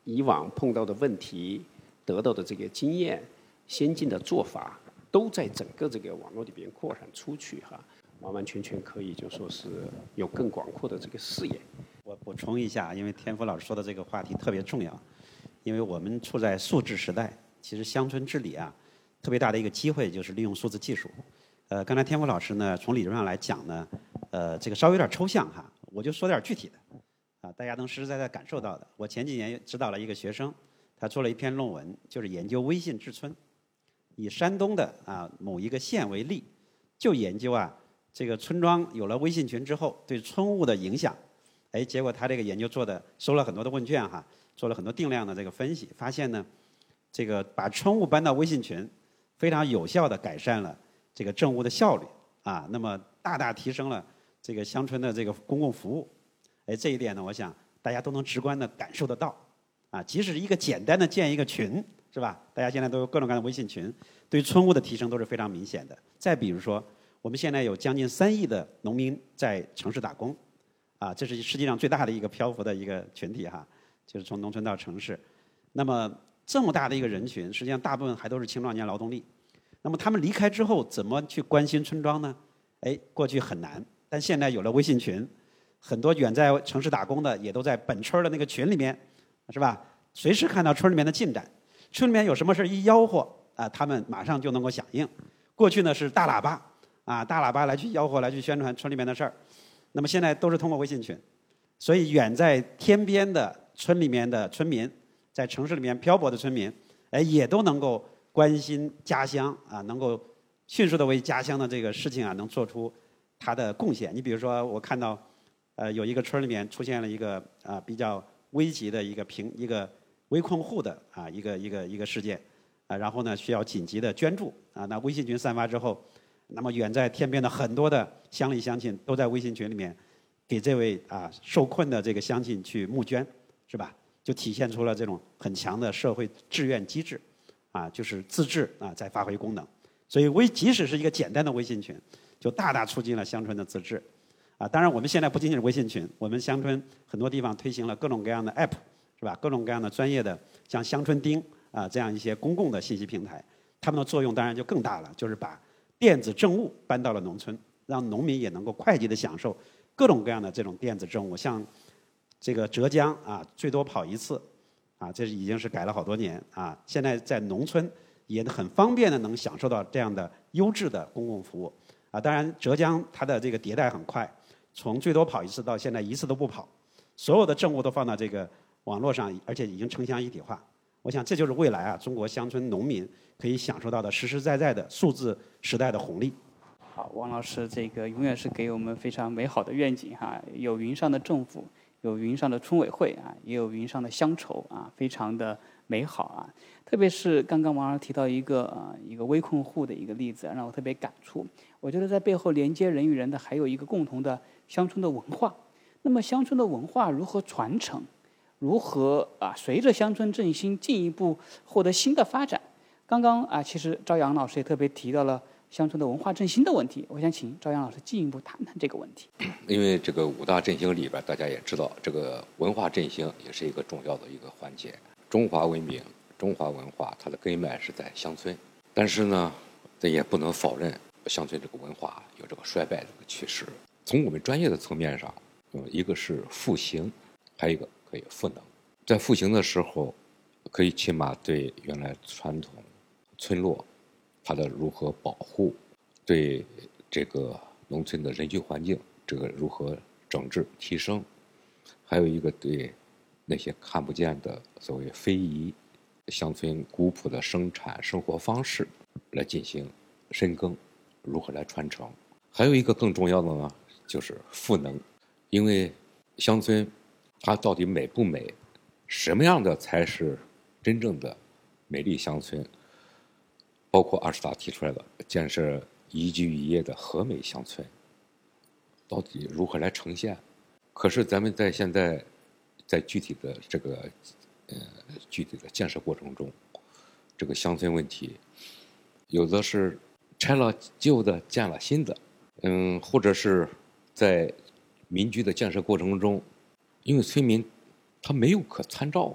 以往碰到的问题得到的这个经验、先进的做法，都在整个这个网络里边扩散出去哈，完完全全可以就说是有更广阔的这个视野。 我补充一下，因为天福老师说的这个话题特别重要，因为我们处在数字时代，其实乡村治理啊，特别大的一个机会就是利用数字技术。呃，刚才天福老师呢，从理论上来讲呢，呃，这个稍微有点抽象哈，我就说点具体的，啊，大家能实实在在感受到的。我前几年指导了一个学生，他做了一篇论文，就是研究微信治村，以山东的啊某一个县为例，就研究啊这个村庄有了微信群之后对村务的影响。哎，结果他这个研究做的收了很多的问卷哈，做了很多定量的这个分析，发现呢，这个把村务搬到微信群，非常有效的改善了这个政务的效率啊，那么大大提升了这个乡村的这个公共服务。哎，这一点呢，我想大家都能直观的感受得到啊，即使是一个简单的建一个群，是吧？大家现在都有各种各样的微信群，对村务的提升都是非常明显的。再比如说，我们现在有将近三亿的农民在城市打工。啊，这是世界上最大的一个漂浮的一个群体哈，就是从农村到城市。那么这么大的一个人群，实际上大部分还都是青壮年劳动力。那么他们离开之后，怎么去关心村庄呢？哎，过去很难，但现在有了微信群，很多远在城市打工的也都在本村的那个群里面，是吧？随时看到村里面的进展，村里面有什么事一吆喝啊，他们马上就能够响应。过去呢是大喇叭啊，大喇叭来去吆喝，来去宣传村里面的事儿。那么现在都是通过微信群，所以远在天边的村里面的村民，在城市里面漂泊的村民，哎，也都能够关心家乡啊，能够迅速的为家乡的这个事情啊，能做出他的贡献。你比如说，我看到，呃，有一个村里面出现了一个啊比较危急的一个贫一个危困户的啊一个一个一个事件，啊，然后呢需要紧急的捐助啊，那微信群散发之后。那么远在天边的很多的乡里乡亲都在微信群里面给这位啊受困的这个乡亲去募捐，是吧？就体现出了这种很强的社会志愿机制，啊，就是自治啊在发挥功能。所以微即使是一个简单的微信群，就大大促进了乡村的自治。啊，当然我们现在不仅仅是微信群，我们乡村很多地方推行了各种各样的 app， 是吧？各种各样的专业的像乡村町啊这样一些公共的信息平台，它们的作用当然就更大了，就是把电子政务搬到了农村，让农民也能够快捷的享受各种各样的这种电子政务。像这个浙江啊，最多跑一次，啊，这已经是改了好多年啊。现在在农村也很方便的能享受到这样的优质的公共服务啊。当然，浙江它的这个迭代很快，从最多跑一次到现在一次都不跑，所有的政务都放到这个网络上，而且已经城乡一体化。我想这就是未来啊，中国乡村农民可以享受到的实实在在的数字时代的红利。 好，王老师这个永远是给我们非常美好的愿景哈，有云上的政府，有云上的村委会啊，也有云上的乡筹啊，非常的美好啊。特别是刚刚王老师提到一个啊一个危困户的一个例子，让我特别感触。我觉得在背后连接人与人的还有一个共同的乡村的文化。那么乡村的文化如何传承？如何啊？随着乡村振兴进一步获得新的发展？刚刚啊，其实朝阳老师也特别提到了乡村的文化振兴的问题。我想请朝阳老师进一步谈谈这个问题。 因为这个五大振兴里边，大家也知道，这个文化振兴也是一个重要的一个环节。中华文明、中华文化，它的根脉是在乡村，但是呢，这也不能否认乡村这个文化有这个衰败的趋势。从我们专业的层面上，嗯，一个是复兴，还有一个可以赋能。在复兴的时候，可以起码对原来传统村落它的如何保护，对这个农村的人居环境这个如何整治提升，还有一个对那些看不见的所谓非遗乡村古朴的生产生活方式来进行深耕，如何来传承。还有一个更重要的呢，就是赋能。因为乡村它到底美不美，什么样的才是真正的美丽乡村，包括二十大提出来的建设宜居宜业的和美乡村，到底如何来呈现？可是咱们在现在在具体的这个呃具体的建设过程中，这个乡村问题有的是拆了旧的建了新的，嗯，或者是在民居的建设过程中，因为村民他没有可参照，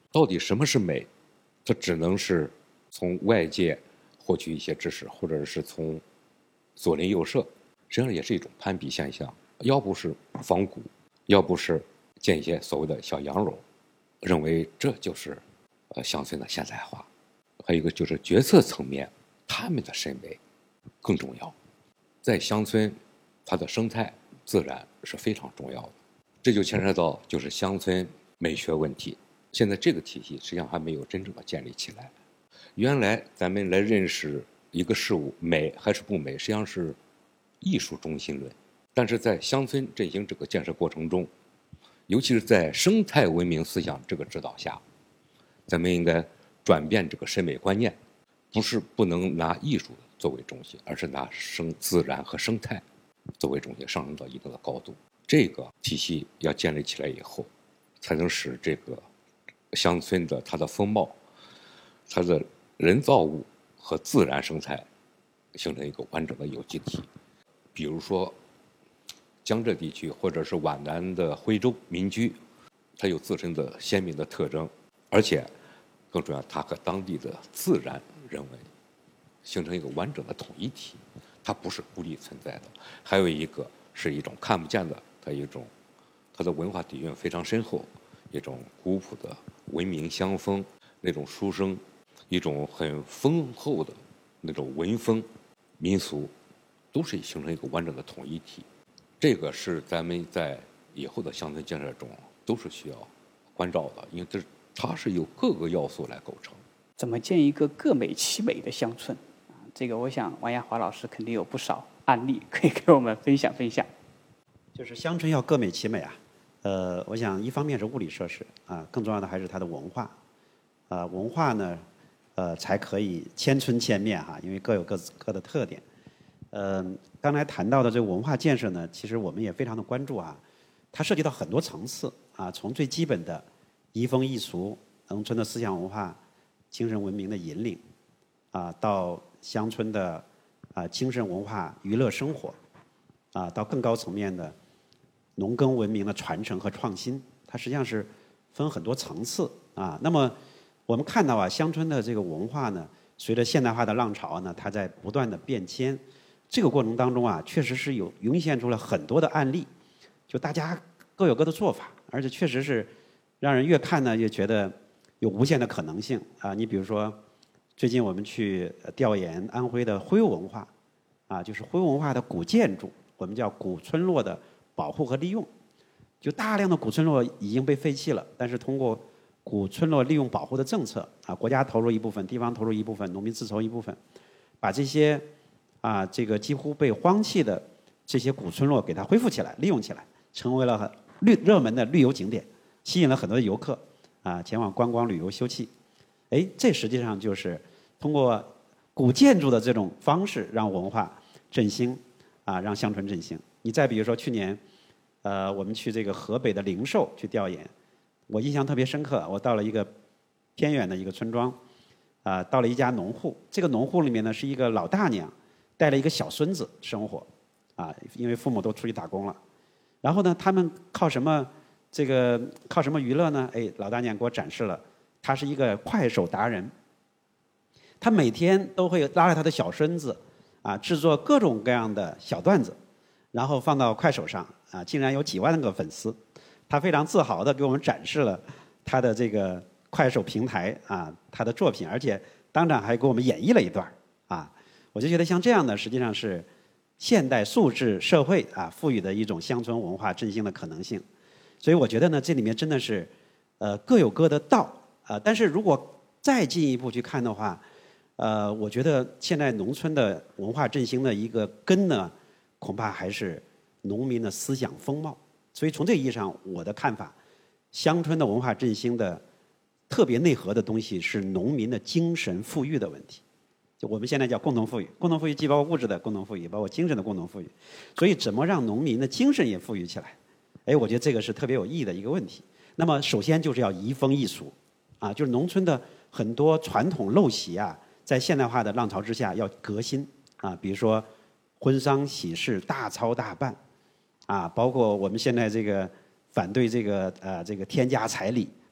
到底什么是美？它只能是从外界获取一些知识，或者是从左邻右舍，实际上也是一种攀比现象。要不是仿古，要不是建一些所谓的小洋楼，认为这就是呃乡村的现代化。还有一个就是决策层面，他们的审美更重要。在乡村，它的生态自然是非常重要的，这就牵扯到就是乡村美学问题。现在这个体系实际上还没有真正的建立起来。原来咱们来认识一个事物美还是不美，实际上是艺术中心论。但是在乡村振兴这个建设过程中，尤其是在生态文明思想这个指导下，咱们应该转变这个审美观念，不是不能拿艺术作为中心，而是拿生自然和生态作为中心，上升到一定的高度。这个体系要建立起来以后，才能使这个乡村的它的风貌、它的人造物和自然生态形成一个完整的有机体。比如说江浙地区或者是皖南的徽州民居，它有自身的鲜明的特征，而且更重要，它和当地的自然人文形成一个完整的统一体，它不是孤立存在的。还有一个是一种看不见的，它一种它的文化底蕴非常深厚，一种古朴的文明乡风，那种书生，一种很丰厚的那种文风民俗，都是形成一个完整的统一体。这个是咱们在以后的乡村建设中都是需要关照的，因为这它是由各个要素来构成。 怎么建一个各美其美的乡村啊？这个我想王亚华老师肯定有不少案例可以给我们分享分享。 就是乡村要各美其美啊，呃，我想一方面是物理设施啊，更重要的还是它的文化，啊，文化呢，呃，才可以千村千面哈，因为各有各各的特点。呃，刚才谈到的这个文化建设呢，其实我们也非常的关注啊，它涉及到很多层次啊，从最基本的移风易俗、农村的思想文化、精神文明的引领，啊，到乡村的啊精神文化、娱乐生活，啊，到更高层面的农耕文明的传承和创新，它实际上是分很多层次啊。那么我们看到啊，乡村的这个文化呢，随着现代化的浪潮呢，它在不断的变迁。这个过程当中啊，确实是有涌现出了很多的案例，就大家各有各的做法，而且确实是让人越看呢越觉得有无限的可能性啊。你比如说，最近我们去调研安徽的徽文化，啊，就是徽文化的古建筑，我们叫古村落的保护和利用。就大量的古村落已经被废弃了，但是通过古村落利用保护的政策啊，国家投入一部分，地方投入一部分，农民自筹一部分，把这些啊这个几乎被荒弃的这些古村落给它恢复起来，利用起来，成为了绿热门的旅游景点，吸引了很多的游客啊前往观光旅游休憩。哎，这实际上就是通过古建筑的这种方式，让文化振兴啊，让乡村振兴。你再比如说去年，呃，我们去这个河北的灵寿去调研，我印象特别深刻。我到了一个偏远的一个村庄，啊、呃，到了一家农户。这个农户里面呢是一个老大娘带了一个小孙子生活，啊，因为父母都出去打工了。然后呢，他们靠什么这个靠什么娱乐呢？哎，老大娘给我展示了，他是一个快手达人。他每天都会拉着他的小孙子，啊，制作各种各样的小段子，然后放到快手上，啊，竟然有几万个粉丝。他非常自豪地给我们展示了他的这个快手平台啊，他的作品，而且当场还给我们演绎了一段啊。我就觉得像这样的，实际上是现代素质社会啊赋予的一种乡村文化振兴的可能性。所以我觉得呢，这里面真的是呃各有各的道啊、呃。但是如果再进一步去看的话，呃，我觉得现在农村的文化振兴的一个根呢，恐怕还是农民的思想风貌。所以从这个意义上，我的看法，乡村的文化振兴的特别内核的东西是农民的精神富裕的问题。就我们现在叫共同富裕，共同富裕既包括物质的共同富裕，也包括精神的共同富裕。所以怎么让农民的精神也富裕起来？哎，我觉得这个是特别有意义的一个问题。那么首先就是要移风易俗，啊，就是农村的很多传统陋习啊，在现代化的浪潮之下要革新啊，比如说婚丧喜事大操大办，啊，包括我们现在这个反对这个呃这个添加彩礼是吧？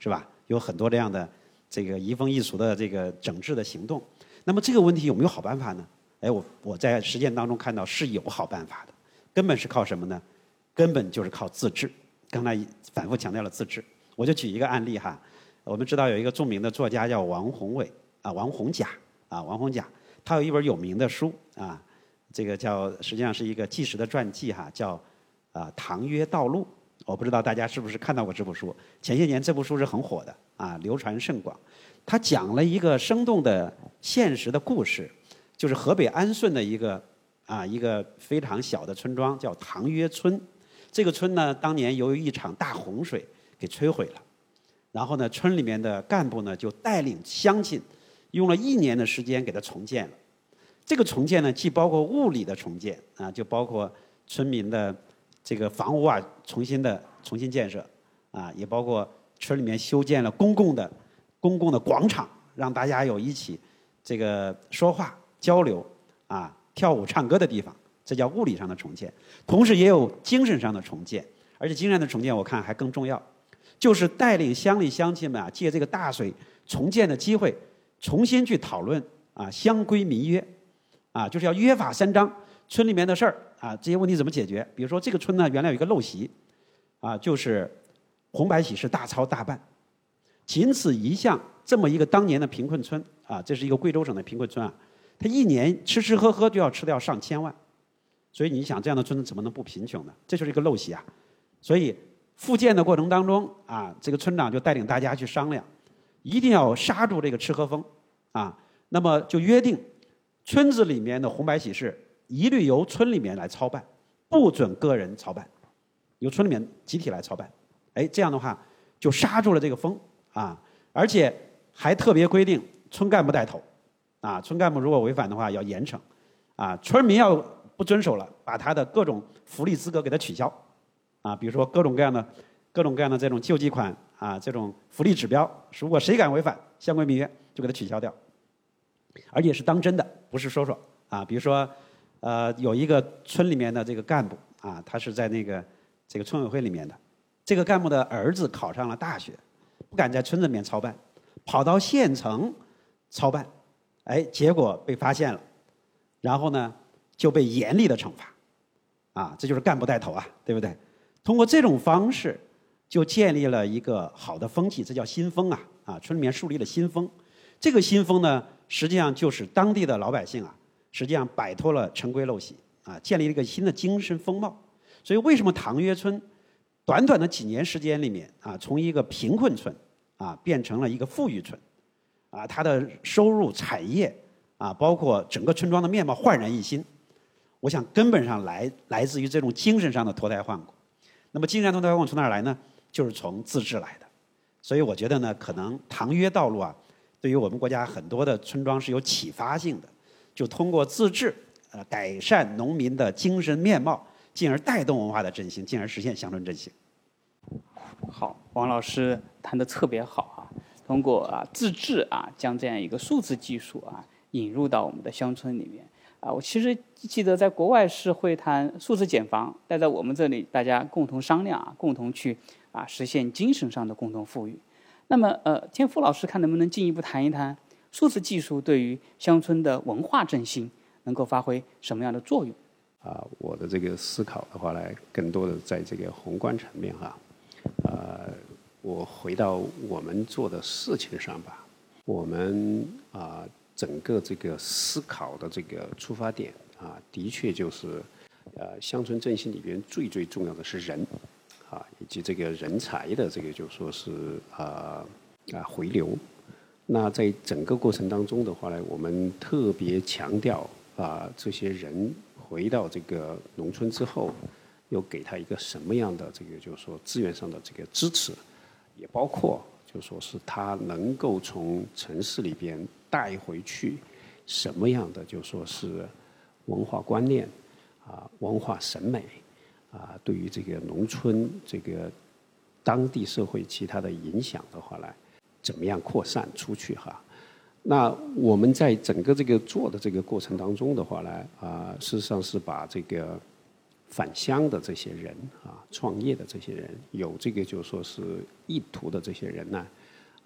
有很多这样的这个移风易俗的这个整治的行动。那么这个问题有没有好办法呢？哎，我我在实践当中看到是有好办法的，根本是靠什么呢？根本就是靠自治。刚才反复强调了自治，我就举一个案例哈。我们知道有一个著名的作家叫王宏伟啊，王宏甲啊，王宏甲，他有一本有名的书啊，这个叫实际上是一个纪实的传记哈，叫啊《唐约道路》。我不知道大家是不是看到过这部书？前些年这部书是很火的啊，流传甚广。他讲了一个生动的现实的故事，就是河北安顺的一个啊一个非常小的村庄叫唐约村。这个村呢，当年由于一场大洪水给摧毁了，然后呢，村里面的干部呢就带领乡亲，用了一年的时间给它重建了。这个重建呢，既包括物理的重建啊，就包括村民的这个房屋啊重新的重新建设啊，也包括村里面修建了公共的公共的广场，让大家有一起这个说话交流啊、跳舞唱歌的地方，这叫物理上的重建。同时也有精神上的重建，而且精神上的重建我看还更重要，就是带领乡里乡亲们啊，借这个大水重建的机会，重新去讨论啊乡规民约啊，就是要约法三章，村里面的事儿啊，这些问题怎么解决？比如说这个村呢，原来有一个陋习啊，就是红白喜事大操大办，仅此一项，这么一个当年的贫困村啊，这是一个贵州省的贫困村啊，它一年吃吃喝喝就要吃掉上千万，所以你想这样的村子怎么能不贫穷呢？这就是一个陋习啊。所以复建的过程当中啊，这个村长就带领大家去商量，一定要刹住这个吃喝风啊。那么就约定，村子里面的红白喜事一律由村里面来操办，不准个人操办，由村里面集体来操办。哎，这样的话就刹住了这个风啊，而且还特别规定村干部带头啊，村干部如果违反的话要严惩啊，村民要不遵守了，把他的各种福利资格给他取消啊，比如说各种各样的各种各样的这种救济款啊，这种福利指标，如果谁敢违反乡规民约，就给他取消掉，而且是当真的，不是说说啊。比如说，呃，有一个村里面的这个干部啊，他是在那个这个村委会里面的，这个干部的儿子考上了大学，不敢在村子里面操办，跑到县城操办，哎，结果被发现了，然后呢就被严厉的惩罚，啊，这就是干部带头啊，对不对？通过这种方式，就建立了一个好的风气，这叫新风啊，啊，村里面树立了新风。这个新风呢，实际上就是当地的老百姓啊，实际上摆脱了陈规陋习啊，建立了一个新的精神风貌。所以为什么唐约村短短的几年时间里面啊，从一个贫困村啊变成了一个富裕村，啊，它的收入、产业啊，包括整个村庄的面貌焕然一新。我想根本上来来自于这种精神上的脱胎换骨。那么精神上脱胎换骨从哪儿来呢？就是从自治来的。所以我觉得呢，可能唐约道路啊，对于我们国家很多的村庄是有启发性的，就通过自治呃改善农民的精神面貌，进而带动文化的振兴，进而实现乡村振兴。 好，王老师谈得特别好啊，通过啊自治啊，将这样一个数字技术啊引入到我们的乡村里面。啊，我其实记得在国外是会谈数字减房，但在我们这里大家共同商量啊，共同去啊实现精神上的共同富裕。那么呃，天福老师看能不能进一步谈一谈数字技术对于乡村的文化振兴能够发挥什么样的作用？ 啊，我的这个思考的话呢，更多的在这个宏观层面哈，呃，我回到我们做的事情上吧，我们啊。整个这个思考的这个出发点啊，的确就是，呃，乡村振兴里边最最重要的是人，啊，以及这个人才的这个就说是啊啊回流。那在整个过程当中的话呢，我们特别强调啊，这些人回到这个农村之后，又给他一个什么样的这个就是说资源上的这个支持，也包括就说是他能够从城市里边带回去什么样的就说是文化观念啊、文化审美啊，对于这个农村这个当地社会其他的影响的话呢，怎么样扩散出去哈？那我们在整个这个做的这个过程当中的话呢，啊，事实上是把这个返乡的这些人啊，创业的这些人，有这个就说是意图的这些人呢，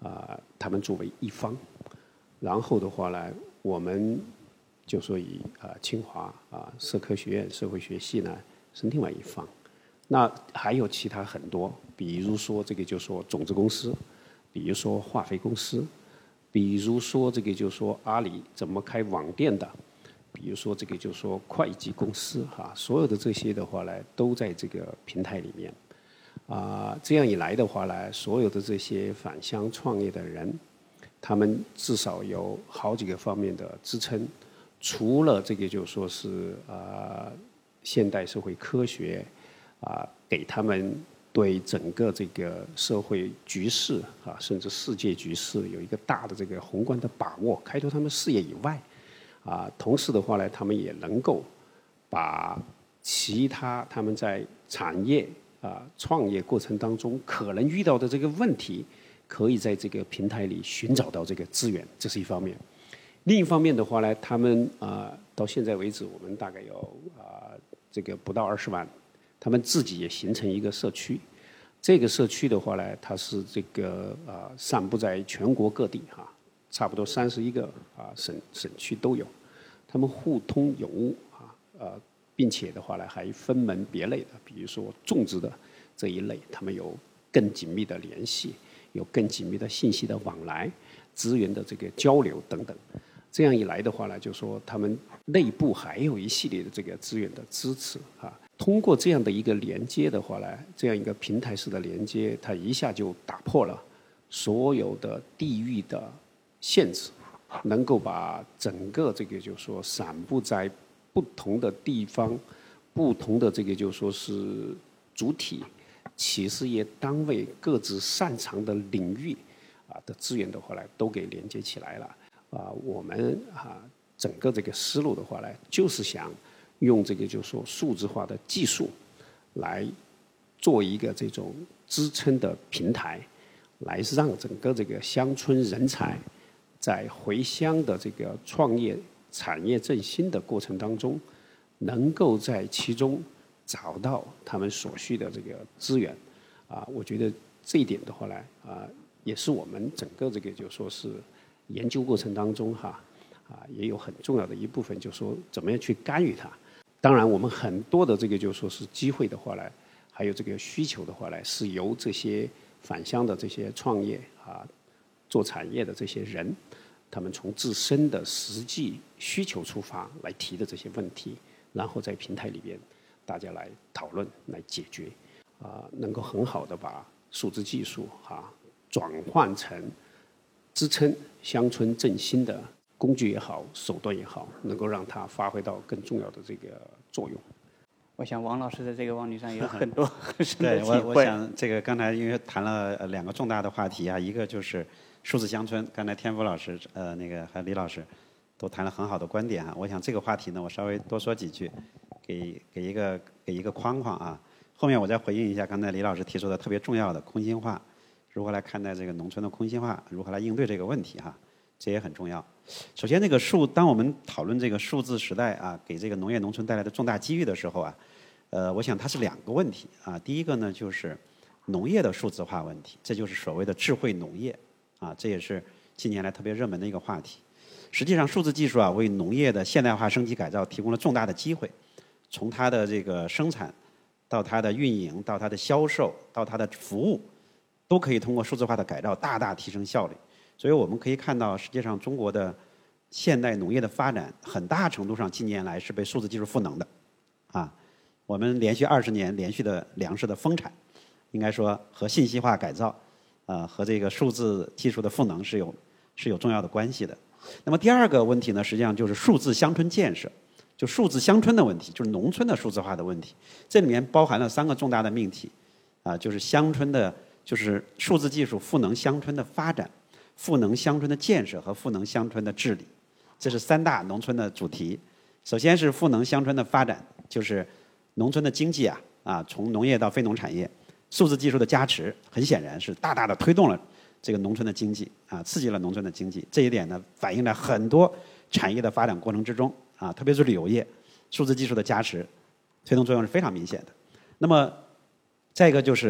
啊、他们作为一方，然后的话呢，我们就说以啊、清华啊、社科学院社会学系呢是另外一方。那还有其他很多，比如说这个就说种子公司，比如说化肥公司，比如说这个就说阿里怎么开网店的，比如说这个就说会计公司哈、啊，所有的这些的话呢，都在这个平台里面。啊，这样一来的话呢，所有的这些返乡创业的人，他们至少有好几个方面的支撑，除了这个就说是啊现代社会科学啊给他们对整个这个社会局势啊甚至世界局势有一个大的这个宏观的把握，开拓他们视野以外，啊同时的话呢，他们也能够把其他他们在产业啊，创业过程当中可能遇到的这个问题，可以在这个平台里寻找到这个资源，这是一方面。另一方面的话呢，他们啊，到现在为止，我们大概有啊这个不到二十万，他们自己也形成一个社区。这个社区的话呢，它是这个啊散布在全国各地哈、啊，差不多三十一个啊省省区都有，他们互通有无啊呃。并且的话呢，还分门别类的，比如说种植的这一类，他们有更紧密的联系，有更紧密的信息的往来，资源的这个交流等等。这样一来的话呢，就说他们内部还有一系列的这个资源的支持啊。通过这样的一个连接的话呢，这样一个平台式的连接，它一下就打破了所有的地域的限制，能够把整个这个就说散布在不同的地方、不同的这个就说是主体、企事业单位各自擅长的领域啊的资源的话呢，都给连接起来了。啊，我们啊整个这个思路的话呢，就是想用这个就说数字化的技术来做一个这种支撑的平台，来让整个这个乡村人才在回乡的这个创业产业振兴的过程当中，能够在其中找到他们所需的这个资源，啊，我觉得这一点的话呢，啊，也是我们整个这个就说是研究过程当中哈，啊，也有很重要的一部分，就是说怎么样去干预它。当然，我们很多的这个就说是机会的话呢，还有这个需求的话呢，是由这些返乡的这些创业啊、做产业的这些人，他们从自身的实际需求出发来提的这些问题，然后在平台里边大家来讨论、来解决，啊，能够很好的把数字技术啊转换成支撑乡村振兴的工具也好、手段也好，能够让它发挥到更重要的这个作用。 我想王老师在这个问题上有很多很深的对， 体会。 我我想这个刚才因为谈了呃两个重大的话题啊，一个就是数字乡村，刚才天福老师呃那个和李老师都谈了很好的观点啊。我想这个话题呢，我稍微多说几句，给给一个给一个框框啊。后面我再回应一下刚才李老师提出的特别重要的空心化，如何来看待这个农村的空心化，如何来应对这个问题哈，这也很重要。首先，这个数，当我们讨论这个数字时代啊，给这个农业农村带来的重大机遇的时候啊，呃，我想它是两个问题啊。第一个呢，就是农业的数字化问题，这就是所谓的智慧农业啊，这也是近年来特别热门的一个话题。实际上，数字技术啊，为农业的现代化升级改造提供了重大的机会，从它的这个生产到它的运营，到它的销售，到它的服务，都可以通过数字化的改造大大提升效率。所以我们可以看到，实际上中国的现代农业的发展，很大程度上近年来是被数字技术赋能的，啊，我们连续二十年连续的粮食的丰产，应该说和信息化改造，呃，和这个数字技术的赋能是有是有重要的关系的。那么第二个问题呢，实际上就是数字乡村建设，就数字乡村的问题，就是农村的数字化的问题。这里面包含了三个重大的命题，啊，就是乡村的，就是数字技术赋能乡村的发展，赋能乡村的建设和赋能乡村的治理，这是三大农村的主题。首先是赋能乡村的发展，就是农村的经济啊啊，从农业到非农产业，数字技术的加持，很显然是大大的推动了这个农村的经济啊，刺激了农村的经济。这一点呢，反映在很多产业的发展过程之中啊，特别是旅游业，数字技术的加持，推动作用是非常明显的。那么再一个就是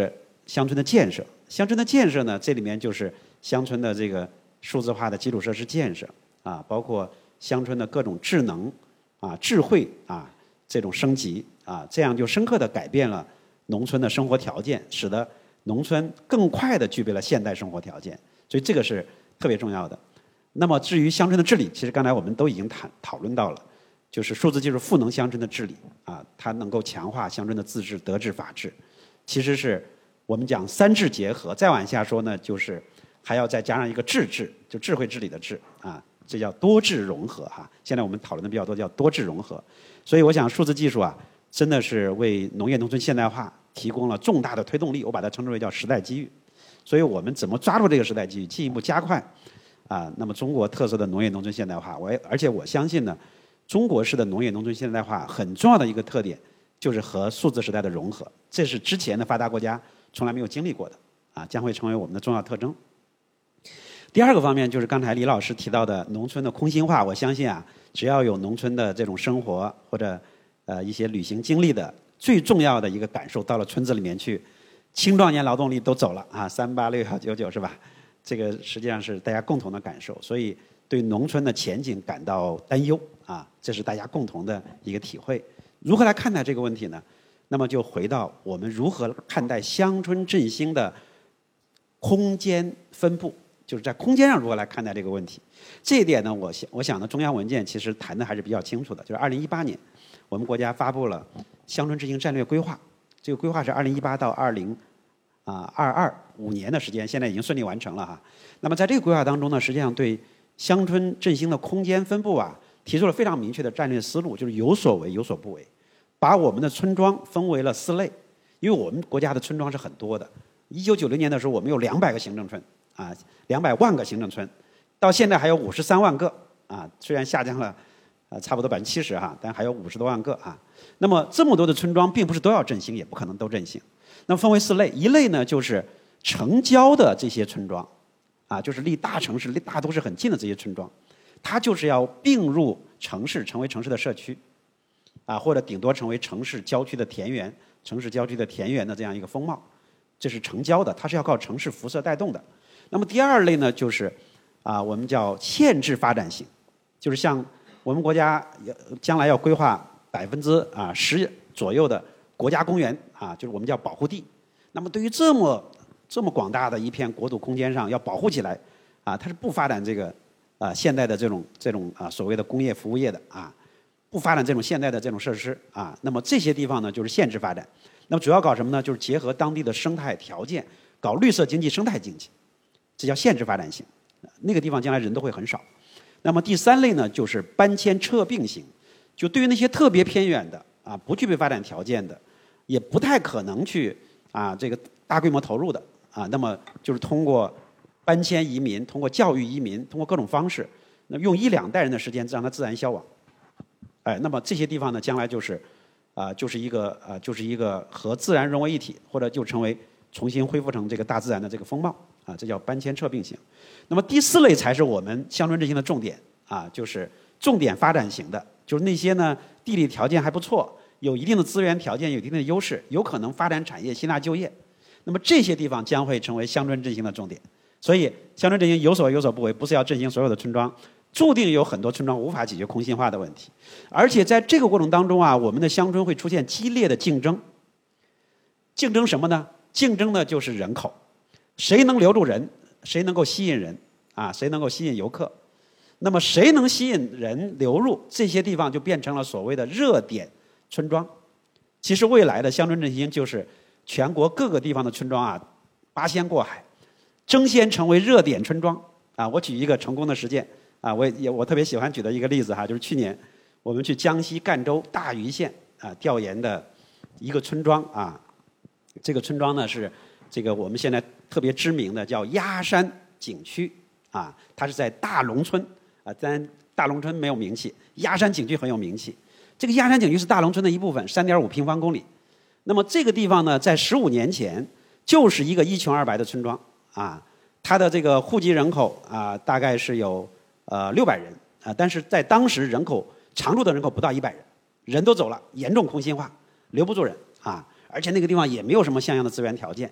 乡村的建设。乡村的建设呢，这里面就是乡村的这个数字化的基础设施建设啊，包括乡村的各种智能啊、智慧啊这种升级啊，这样就深刻地改变了农村的生活条件，使得农村更快地具备了现代生活条件。所以这个是特别重要的。那么至于乡村的治理，其实刚才我们都已经谈讨论到了，就是数字技术赋能乡村的治理啊，它能够强化乡村的自治、德治、法治。其实是我们讲三治结合，再往下说呢，就是还要再加上一个智治，就智慧治理的治啊，这叫多治融合哈。现在我们讨论的比较多，叫多治融合。所以我想，数字技术啊，真的是为农业农村现代化提供了重大的推动力，我把它称之为叫时代机遇。所以我们怎么抓住这个时代机遇，进一步加快啊，那么中国特色的农业农村现代化？我而且我相信呢，中国式的农业农村现代化很重要的一个特点，就是和数字时代的融合，这是之前的发达国家从来没有经历过的啊，将会成为我们的重要特征。第二个方面就是刚才李老师提到的农村的空心化，我相信啊，只要有农村的这种生活或者呃一些旅行经历的，最重要的一个感受，到了村子里面去，青壮年劳动力都走了啊，三八六幺九九是吧？这个实际上是大家共同的感受，所以对农村的前景感到担忧啊，这是大家共同的一个体会。如何来看待这个问题呢？那么就回到我们如何看待乡村振兴的空间分布，就是在空间上如何来看待这个问题。这一点呢，我想我想呢，中央文件其实谈的还是比较清楚的。就是二零一八年，我们国家发布了乡村振兴战略规划，这个规划是二零一八到二零啊二二五年的时间，现在已经顺利完成了哈。那么在这个规划当中呢，实际上对乡村振兴的空间分布啊，提出了非常明确的战略思路，就是有所为有所不为，把我们的村庄分为了四类。因为我们国家的村庄是很多的，一九九零年的时候我们有两百个行政村啊，两百万个行政村，到现在还有五十三万个啊，虽然下降了呃差不多百分之七十哈，但还有五十多万个啊。那么这么多的村庄，并不是都要振兴，也不可能都振兴。那么分为四类，一类呢就是城郊的这些村庄啊，就是离大城市、离大都市很近的这些村庄，它就是要并入城市，成为城市的社区啊，或者顶多成为城市郊区的田园、城市郊区的田园的这样一个风貌，这是城郊的，它是要靠城市辐射带动的。那么第二类呢，就是啊，我们叫县制发展型，就是像我们国家将来要规划百分之啊十左右的国家公园啊，就是我们叫保护地。那么对于这么这么广大的一片国土空间上要保护起来啊，它是不发展这个啊现代的这种这种啊所谓的工业服务业的啊，不发展这种现代的这种设施啊。那么这些地方呢，就是县制发展。那么主要搞什么呢？就是结合当地的生态条件，搞绿色经济、生态经济，这叫县制发展型。那个地方将来人都会很少。那么第三类呢，就是搬迁撤并型，就对于那些特别偏远的啊，不具备发展条件的，也不太可能去啊这个大规模投入的啊，那么就是通过搬迁移民，通过教育移民，通过各种方式，那用一两代人的时间让它自然消亡。哎，那么这些地方呢，将来就是啊，就是一个啊，就是一个和自然融为一体，或者就成为重新恢复成这个大自然的这个风貌啊，这叫搬迁撤并型。那么第四类才是我们乡村振兴的重点啊，就是重点发展型的，就是那些呢地理条件还不错，有一定的资源条件，有一定的优势，有可能发展产业、吸纳就业。那么这些地方将会成为乡村振兴的重点。所以乡村振兴有所为有所不为，不是要振兴所有的村庄，注定有很多村庄无法解决空心化的问题。而且在这个过程当中啊，我们的乡村会出现激烈的竞争。竞争什么呢？竞争呢就是人口，谁能留住人，谁能够吸引人啊，谁能够吸引游客。那么谁能吸引人流入，这些地方就变成了所谓的热点村庄。其实未来的乡村振兴就是全国各个地方的村庄啊，八仙过海，争先成为热点村庄啊。我举一个成功的实践啊，我也我特别喜欢举的一个例子哈，就是去年我们去江西赣州大余县啊调研的一个村庄啊，这个村庄呢是这个我们现在特别知名的叫鸭山景区啊，它是在大龙村啊，咱大龙村没有名气，鸭山景区很有名气。这个鸭山景区是大龙村的一部分，三点五平方公里。那么这个地方呢，在十五年前就是一个一穷二白的村庄啊，它的这个户籍人口啊大概是有呃六百人啊，但是在当时人口常住的人口不到一百人，人都走了，严重空心化，留不住人啊，而且那个地方也没有什么像样的资源条件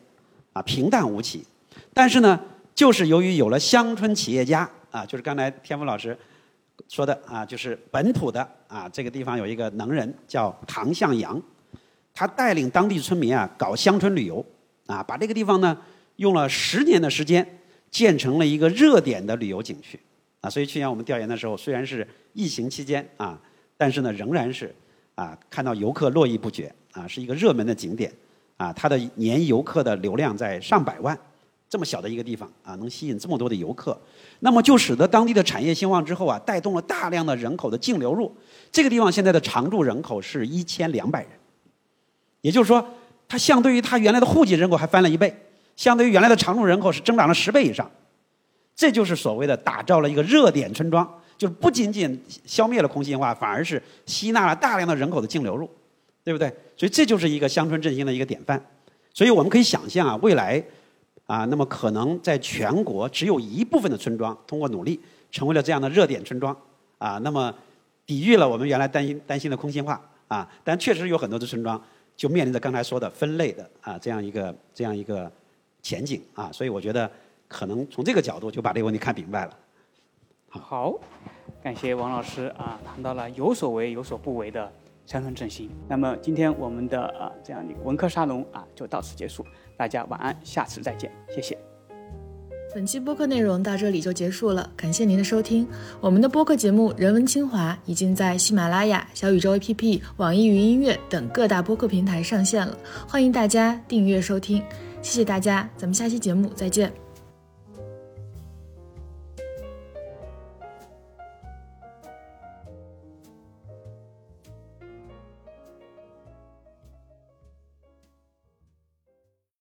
啊，平淡无奇。但是呢，就是由于有了乡村企业家啊，就是刚才天福老师说的啊，就是本土的啊，这个地方有一个能人叫唐向阳，他带领当地村民啊搞乡村旅游啊，把这个地方呢用了十年的时间建成了一个热点的旅游景区啊。所以去年我们调研的时候，虽然是疫情期间啊，但是呢仍然是啊看到游客络绎不绝啊，是一个热门的景点啊。它的年游客的流量在上百万，这么小的一个地方啊，能吸引这么多的游客，那么就使得当地的产业兴旺之后啊，带动了大量的人口的净流入。这个地方现在的常住人口是一千两百人，也就是说，它相对于它原来的户籍人口还翻了一倍，相对于原来的常住人口是增长了十倍以上。这就是所谓的打造了一个热点村庄，就是不仅仅消灭了空心化，反而是吸纳了大量的人口的净流入，对不对？所以这就是一个乡村振兴的一个典范。所以我们可以想象啊，未来啊，那么可能在全国只有一部分的村庄通过努力成为了这样的热点村庄啊，那么抵御了我们原来担心担心的空心化啊，但确实有很多的村庄就面临着刚才说的分类的啊这样一个这样一个前景啊，所以我觉得可能从这个角度就把这个问题看明白了。 好，感谢王老师啊，谈到了有所为有所不为的乡村振兴。那么今天我们的啊这样的一个文科沙龙啊就到此结束，大家晚安，下次再见，谢谢。 本期播客内容到这里就结束了，感谢您的收听。我们的播客节目《人文清华》已经在喜马拉雅、小宇宙 A P P、网易云音乐等各大播客平台上线了，欢迎大家订阅收听。谢谢大家，咱们下期节目再见。